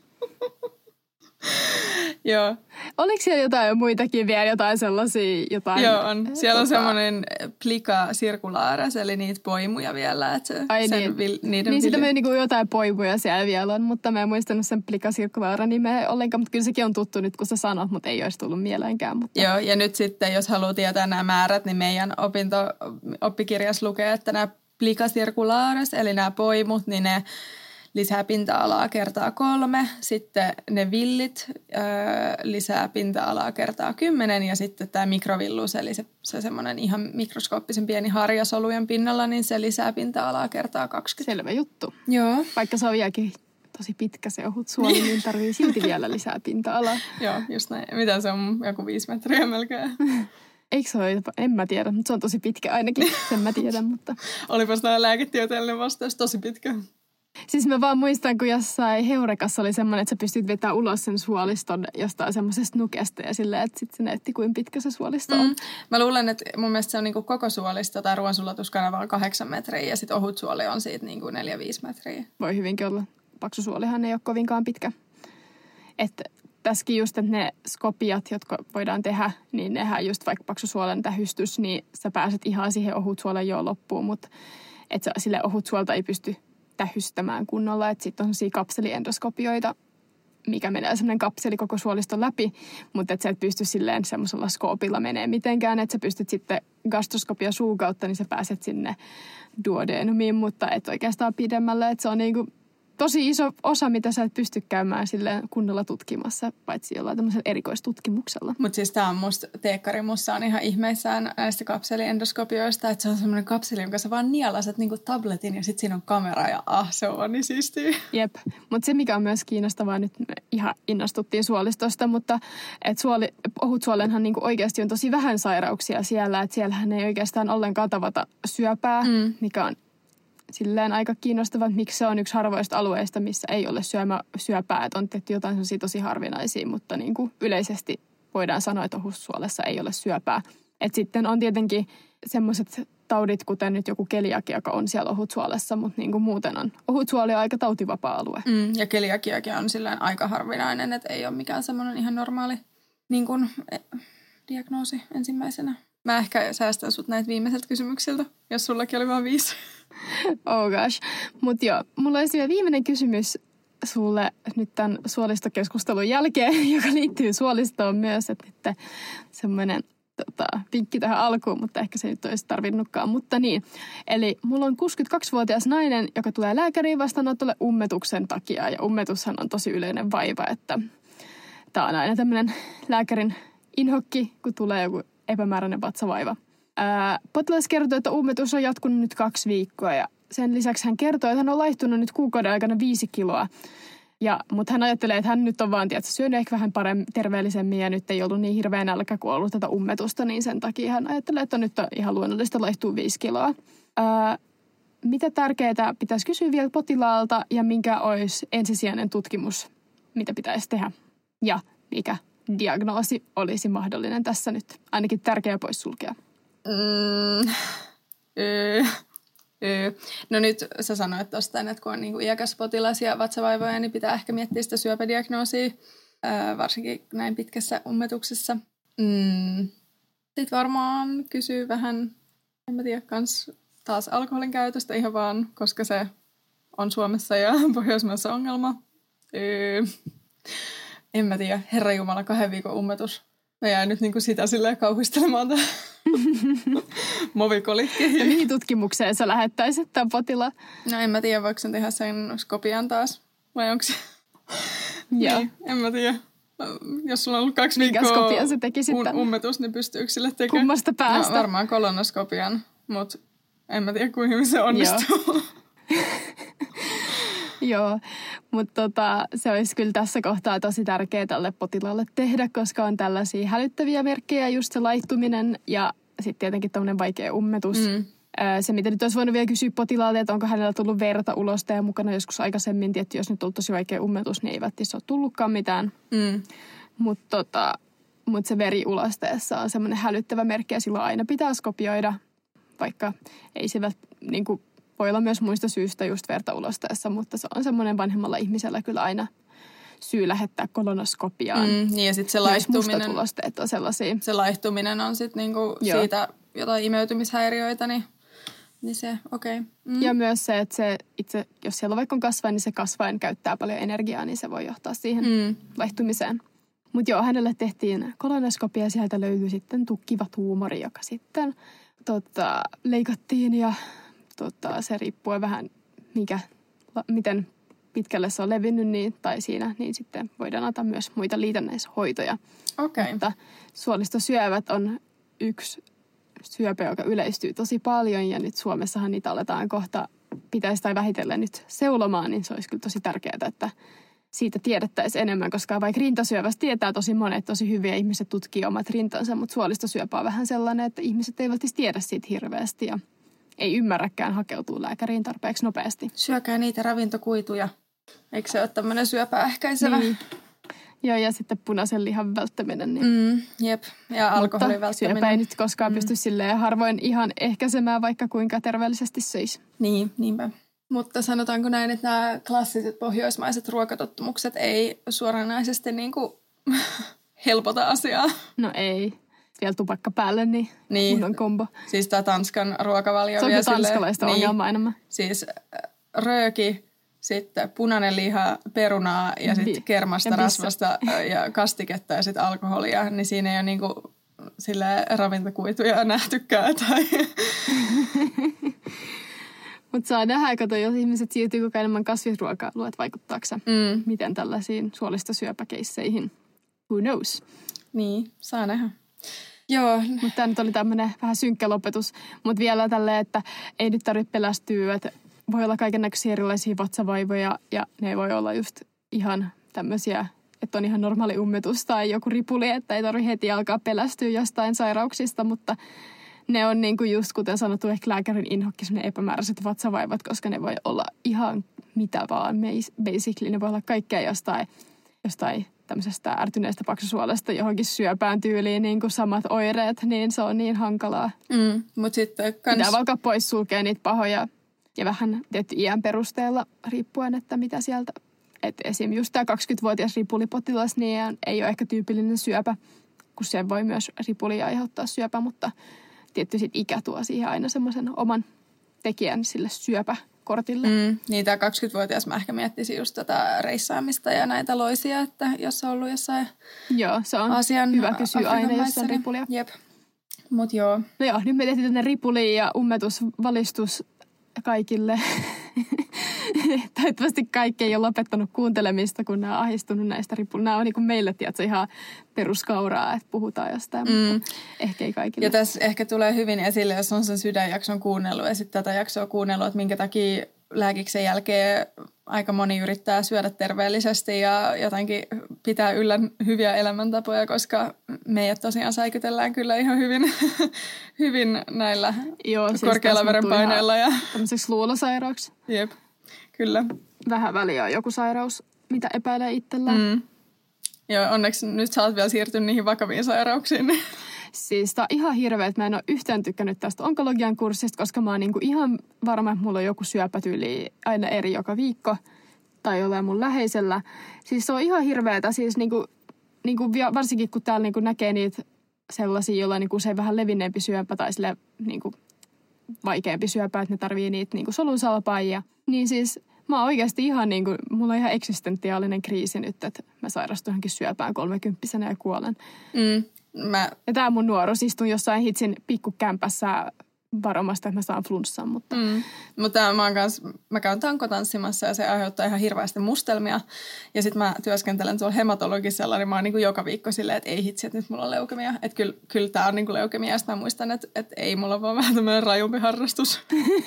Joo. Oliko siellä jotain muitakin vielä, jotain sellaisia? Jotain, Joo, on. Siellä on semmoinen plica circularis, eli niitä poimuja vielä. Että se, Ai sen niin. vil, niiden niin, sitten niinku jotain poimuja siellä vielä on, mutta mä en muistanut sen plica circularis nimeä ollenkaan, mutta kyllä sekin on tuttu nyt, kun sä sanot, mutta ei olisi tullut mieleenkään. Mutta... Joo, ja nyt sitten, jos haluaa tietää nämä määrät, niin meidän opinto, oppikirjassa lukee, että nämä plica circularis, eli nämä poimut, niin ne lisää pinta-alaa kertaa kolme, sitten ne villit öö, lisää pinta-alaa kertaa kymmenen ja sitten tämä mikrovillus, eli se, se semmoinen ihan mikroskooppisen pieni harja solujen pinnalla, niin se lisää pinta-alaa kertaa kaksikymmentä. Selvä juttu. Joo. Vaikka se on vieläkin tosi pitkä se ohut suoli, niin tarvii silti vielä lisää pinta-alaa. Joo, just näin. Mitä se on? Joku viisi metriä melkein. Eikö se ole? En mä tiedä, mutta se on tosi pitkä ainakin. Sen mä tiedän, mutta... Olipas tämä lääketieteellinen vastaus tosi pitkä. Siis mä vaan muistan, kun jossain Heurekassa oli semmoinen, että sä pystyt vetämään ulos sen suoliston jostain semmoisesta nukesta ja silleen, että sitten se näytti, kuinka pitkä se suolisto on. Mm. Mä luulen, että mun mielestä se on niinku koko suolisto tai ruoansulatuskanava on kahdeksan metriä ja sitten ohut suoli on siitä niinku neljä viisi metriä. Voi hyvinkin olla. Paksusuolihan ei ole kovinkaan pitkä. Että tässäkin just, että ne skopiat, jotka voidaan tehdä, niin nehän just vaikka paksusuolen tähystys, niin sä pääset ihan siihen ohutsuolen jo loppuun, mutta että sille ohutsuolta ei pysty tähystämään kunnolla, että sitten on sellaisia kapseliendoskopioita, mikä menee semmoinen kapseli koko suoliston läpi, mutta että sä et pysty silleen semmoisella skoopilla menee mitenkään, että sä pystyt sitten gastroskopia suun kautta, niin sä pääset sinne duodenumiin, mutta et oikeastaan pidemmälle, että se on niinku tosi iso osa, mitä sä et pysty käymään silleen kunnolla tutkimassa, paitsi jollain tämmöisellä erikoistutkimuksella. Mutta siis tää on musta, teekkari musta on ihan ihmeissään näistä kapseliendoskopioista, että se on semmoinen kapseli, jonka sä vaan nielaset niinku tabletin ja sit siinä on kamera ja ah, se on niin siistiä. Jep, mutta se mikä on myös kiinnostavaa, nyt me ihan innostuttiin suolistosta, mutta että suoli, ohutsuolenhan niinku oikeasti on tosi vähän sairauksia siellä, että siellähän ei oikeastaan ollenkaan tavata syöpää, mm. mikä on silleen aika kiinnostavaa, että miksi se on yksi harvoista alueista, missä ei ole syömä, syöpää. Että on tehty jotain sellaisia tosi harvinaisia, mutta niin kuin yleisesti voidaan sanoa, että ohutsuolessa ei ole syöpää. Et sitten on tietenkin semmoiset taudit, kuten nyt joku keliakia, joka on siellä ohutsuolessa, mutta niin kuin muuten on ohutsuoli on aika tautivapaa alue. Mm, ja keliakiakin on silleen aika harvinainen, että ei ole mikään semmoinen ihan normaali niin kuin, eh, diagnoosi ensimmäisenä. Mä ehkä säästän sut näitä viimeiseltä kysymyksiltä, jos sullakin oli vaan viisi. Oh gosh. Mutta joo, mulla olisi vielä viimeinen kysymys sulle nyt tämän suolistokeskustelun jälkeen, joka liittyy suolistoon myös. Että nyt semmoinen tota, vinkki tähän alkuun, mutta ehkä se nyt olisi tarvinnutkaan. Mutta niin, eli mulla on kuusikymmentäkaksivuotias nainen, joka tulee lääkäriin vastaanotolle ummetuksen takia. Ja ummetushan on tosi yleinen vaiva, että tää on aina tämmöinen lääkärin inhokki, kun tulee joku epämääräinen vatsavaiva. Ää, potilas kertoi, että ummetus on jatkunut nyt kaksi viikkoa ja sen lisäksi hän kertoo, että hän on laihtunut nyt kuukauden aikana viisi kiloa. Ja, mutta hän ajattelee, että hän nyt on vaan tietysti syönyt ehkä vähän paremmin, terveellisemmin ja nyt ei ollut niin hirveä nälkä, kun ollut tätä ummetusta, niin sen takia hän ajattelee, että nyt on ihan luonnollista laihtua viisi kiloa. Ää, mitä tärkeää pitäisi kysyä vielä potilaalta ja minkä olisi ensisijainen tutkimus, mitä pitäisi tehdä ja mikä diagnoosi olisi mahdollinen tässä nyt, ainakin tärkeää poissulkea? Mm, öö, öö. No nyt sä sanoit tuosta, että kun on niinku iäkäs potilas ja vatsavaivoja, niin pitää ehkä miettiä sitä syöpädiagnoosia, öö, varsinkin näin pitkässä ummetuksessa. Mm. Sitten varmaan kysyy vähän, en mä tiedä, kans taas alkoholin käytöstä ihan vaan, koska se on Suomessa ja Pohjoismaissa ongelma. Öö. En mä tiedä, herranjumala, kahden viikon ummetus. Mä jäin nyt niinku sitä silleen kauhistelemaan tähän movikolikkeihin. Ja mihin tutkimukseen sä lähettäisit tämän potilaan? No en mä tiedä, voiko sen tehdä sen skopian taas, vai onko se? Joo. Niin, en mä tiedä. Jos sulla on ollut kaksi minkä viikkoa un- ummetus, niin pystyykö sille tekemään? Kummasta päästä? No, varmaan kolonoskopian, mutta en mä tiedä, kuinka hyvin se onnistuu. Joo. Joo, mutta tota, se olisi kyllä tässä kohtaa tosi tärkeää tälle potilaalle tehdä, koska on tällaisia hälyttäviä merkkejä, just se laihtuminen ja sitten tietenkin tämmöinen vaikea ummetus. Mm. Se, mitä nyt olisi voinut vielä kysyä potilaalta, että onko hänellä tullut verta ulosteen mukana joskus aikaisemmin. Tietty, jos nyt on tosi vaikea ummetus, niin ei välttämättä ole tullutkaan mitään. Mm. Mutta tota, mut se veri ulosteessa on semmoinen hälyttävä merkki ja silloin aina pitää skopioida, vaikka ei se niin kuin voi olla myös muista syystä just verta ulosteessa, mutta se on semmoinen vanhemmalla ihmisellä kyllä aina syy lähettää kolonoskopiaan. Mm, niin ja sitten se laihtuminen. Mustat ulosteet on sellaisia. Se laihtuminen on sitten niinku siitä jotain imeytymishäiriöitä, niin, niin se okei. Okay. Mm. Ja myös se, että se itse, jos siellä vaikka on kasvain, niin se kasvain käyttää paljon energiaa, niin se voi johtaa siihen mm. laihtumiseen. Mutta joo, hänelle tehtiin kolonoskopia ja sieltä löytyi sitten tukkiva tuumori, joka sitten tota, leikattiin ja Tota, se riippuu vähän, mikä, miten pitkälle se on levinnyt niin, tai siinä, niin sitten voidaan antaa myös muita liitännäishoitoja. Okay. Mutta suolistosyövät on yksi syöpä, joka yleistyy tosi paljon, ja nyt Suomessahan niitä aletaan kohta, pitäisi tai vähitellen nyt seulomaan, niin se olisi kyllä tosi tärkeää, että siitä tiedettäisiin enemmän, koska vaikka rintasyövästä tietää tosi monet tosi hyviä ihmiset tutkii omat rintansa, mutta suolistosyöpä on vähän sellainen, että ihmiset eivät tiedä siitä hirveästi, ja ei ymmärräkään hakeutua lääkäriin tarpeeksi nopeasti. Syökää niitä ravintokuituja. Eikö se ole tämmöinen syöpäehkäisevä? Niin. Joo, ja sitten punaisen lihan välttäminen. Niin. Mm, jep, ja alkoholin Mutta välttäminen. syöpä ei nyt koskaan mm. pysty silleen harvoin ihan ehkäisemään, vaikka kuinka terveellisesti söisi. Niin, niinpä. Mutta sanotaanko näin, että nämä klassiset pohjoismaiset ruokatottumukset ei suoranaisesti niin kuin helpota asiaa? No ei. Vielä tupakka päälle, niin, niin kunnon kombo. Siis tämä Tanskan ruokavalio. Se on kyllä tanskalaista niin, ongelmaa enemmän. Siis rööki, sitten punainen liha, perunaa ja sitten kermasta, ja rasvasta ja kastiketta ja sitten alkoholia. Niin siinä ei ole niinku silleen ravintokuituja nähtykään. Tai Mutta saa nähdä, kato, jos ihmiset siirtyy koko enemmän kasvisruokailuun, että vaikuttaako se mm. miten tällaisiin suolistosyöpäkeisseihin. Who knows? Niin, saa nähdä. Joo. Mutta tämä nyt oli tämmöinen vähän synkkä lopetus. Mutta vielä tälleen, että ei nyt tarvitse pelästyä, että voi olla kaikennäköisiä erilaisia vatsavaivoja ja ne voi olla just ihan tämmöisiä, että on ihan normaali ummetus tai joku ripuli, että ei tarvitse heti alkaa pelästyä jostain sairauksista, mutta ne on niin kuin just kuten sanottu ehkä lääkärin inhokki, semmoinen epämääräiset vatsavaivat, koska ne voi olla ihan mitä vaan. Basically ne voi olla kaikkea jostain, jostain tämmöisestä ärtyneestä paksusuolesta johonkin syöpään tyyliin niin kuin samat oireet, niin se on niin hankalaa. Mm, mut sitten kans pitää alkaa pois sulkea niitä pahoja ja vähän tietty iän perusteella riippuen, että mitä sieltä. Että esim. Just tämä kaksikymmentävuotias ripulipotilas, niin ei ole ehkä tyypillinen syöpä, kun se voi myös ripuli aiheuttaa syöpä, mutta tietty sit ikä tuo siihen aina semmoisen oman tekijän sille syöpäkortille. Mm, niin tämä kaksikymmentävuotias mä ehkä miettisin just tätä reissaamista ja näitä loisia, että jos on ollut jossain joo, se on Asian hyvä kysyä aina, jos on ripulia. Jep, mut joo. No joo, nyt me tehtiin tänne ripuli- ja ummetusvalistus kaikille Toivottavasti kaikki ei ole lopettanut kuuntelemista, kun nämä on ahdistunut näistä ripulla. Nämä on niin kuin meille, tiedätkö, ihan peruskauraa, että puhutaan jostain, mm. mutta ehkä ei kaikille. Ja tässä ehkä tulee hyvin esille, jos on sen sydänjakson kuunnellut ja sitten tätä jaksoa kuunnellut, että minkä takia lääkiksen jälkeen aika moni yrittää syödä terveellisesti ja jotenkin pitää yllä hyviä elämäntapoja, koska meidät tosiaan säikytellään kyllä ihan hyvin, hyvin näillä Joo, siis korkealla verenpaineella. Ja tämmöiseksi luulosairauksi. Jep, kyllä. Vähän väliä on joku sairaus, mitä epäilee itsellään. Mm. Joo, onneksi nyt sä oot vielä siirtynyt niihin vakaviin sairauksiin. Siis tää on ihan hirveä, että mä en ole yhtään tykkännyt tästä onkologian kurssista, koska mä oon niinku ihan varma, että mulla on joku syöpätyyli aina eri joka viikko tai jollain mun läheisellä. Siis se on ihan hirveetä, siis niinku, niinku varsinkin kun täällä niinku näkee niitä sellaisia, joilla on niinku usein vähän levinneempi syöpä tai sille niinku vaikeampi syöpä, että ne tarvii niitä niinku solusalpaajia. Niin siis mä oon oikeasti ihan niinku, mulla on ihan eksistentiaalinen kriisi nyt, että mä sairastun johonkin syöpään kolmekymppisenä ja kuolen. Mm. Mä... Ja tää mun nuoruus, istun jossain hitsin pikkukämpässä varomasta, että mä saan flunssan, mutta... Mm. Mutta mä, kans, mä käyn tankotanssimassa ja se aiheuttaa ihan hirveästi mustelmia. Ja sit mä työskentelen tuolla hematologisella, niin mä oon niinku joka viikko silleen, että ei hitsi, että nyt mulla on leukemia. Että kyllä, kyllä tää on niinku leukemia ja sit mä muistan, että, että ei mulla ole vaan vähän tämmönen rajumpi harrastus.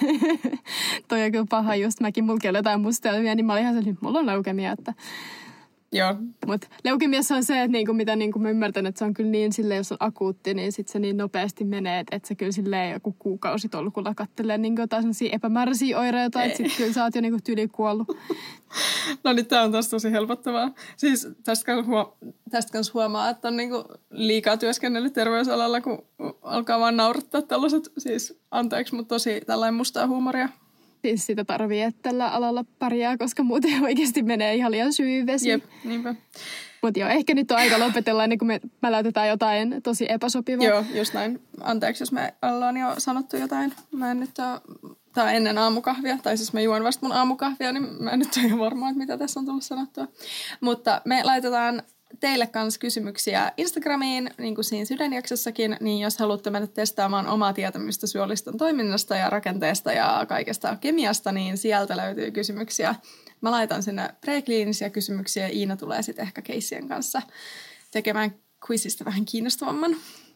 Toi on kyllä paha just. Mäkin mulla oli jotain mustelmia, niin mä olin ihan sellainen, että mulla on leukemia, että... Joo. Mutta leukemiassa on se, että niinku, mitä niinku mä ymmärtän, että se on kyllä niin silleen, jos on akuutti, niin sitten se niin nopeasti menee, että et se kyllä silleen joku kuukausitolkulla kattelee niinku jotain sellaisia epämääräisiä oireita, että sitten kyllä sä oot jo niinku tyli kuollut. No niin, tää on taas tosi helpottavaa. Siis tästä kanssa, huo- tästä kanssa huomaa, että on niinku liikaa työskennellyt terveysalalla, kun alkaa vaan naurattaa tällaiset, siis anteeksi, mutta tosi tällainen mustaa huumoria. Siis sitä tarvii, että tällä alalla pärjää, koska muuten oikeasti menee ihan liian syvesi. Jep, niinpä. Mutta joo, ehkä nyt on aika lopetella ennen kuin me mäläytetään jotain tosi epäsopivaa. Joo, just näin. Anteeksi, jos me ollaan jo sanottu jotain. Mä en nyt ole, tai ennen aamukahvia, tai siis mä juon vasta mun aamukahvia, niin mä en nyt ole ihan varma, että mitä tässä on tullut sanottua. Mutta me laitetaan teille kanssa kysymyksiä Instagramiin, niin kuin siinä sydänjaksossakin, niin jos haluatte mennä testaamaan omaa tietämystä suoliston toiminnasta ja rakenteesta ja kaikesta kemiasta, niin sieltä löytyy kysymyksiä. Mä laitan sinne prekliinisiä kysymyksiä ja Iina tulee sitten ehkä keissien kanssa tekemään quizistä vähän kiinnostavamman.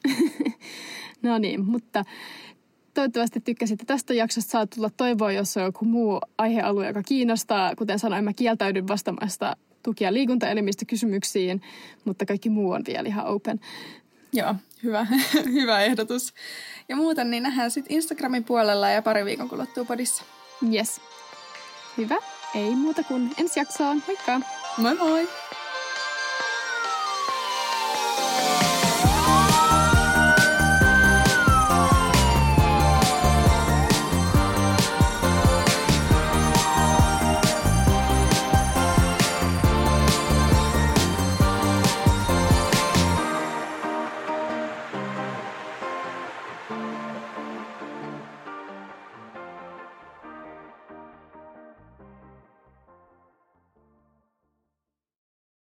No niin, mutta toivottavasti tykkäsitte tästä jaksosta. Saa tulla toivoa, jos on joku muu aihealue, joka kiinnostaa. Kuten sanoin, mä kieltäydyn vastaamasta tuki- ja liikuntaelimistö-kysymyksiin, mutta kaikki muu on vielä ihan open. Joo, hyvä, hyvä ehdotus. Ja muuten niin nähdään sitten Instagramin puolella ja pari viikon kuluttua podissa. Yes. Hyvä. Ei muuta kuin ensi jaksoon. Moikka! Moi moi!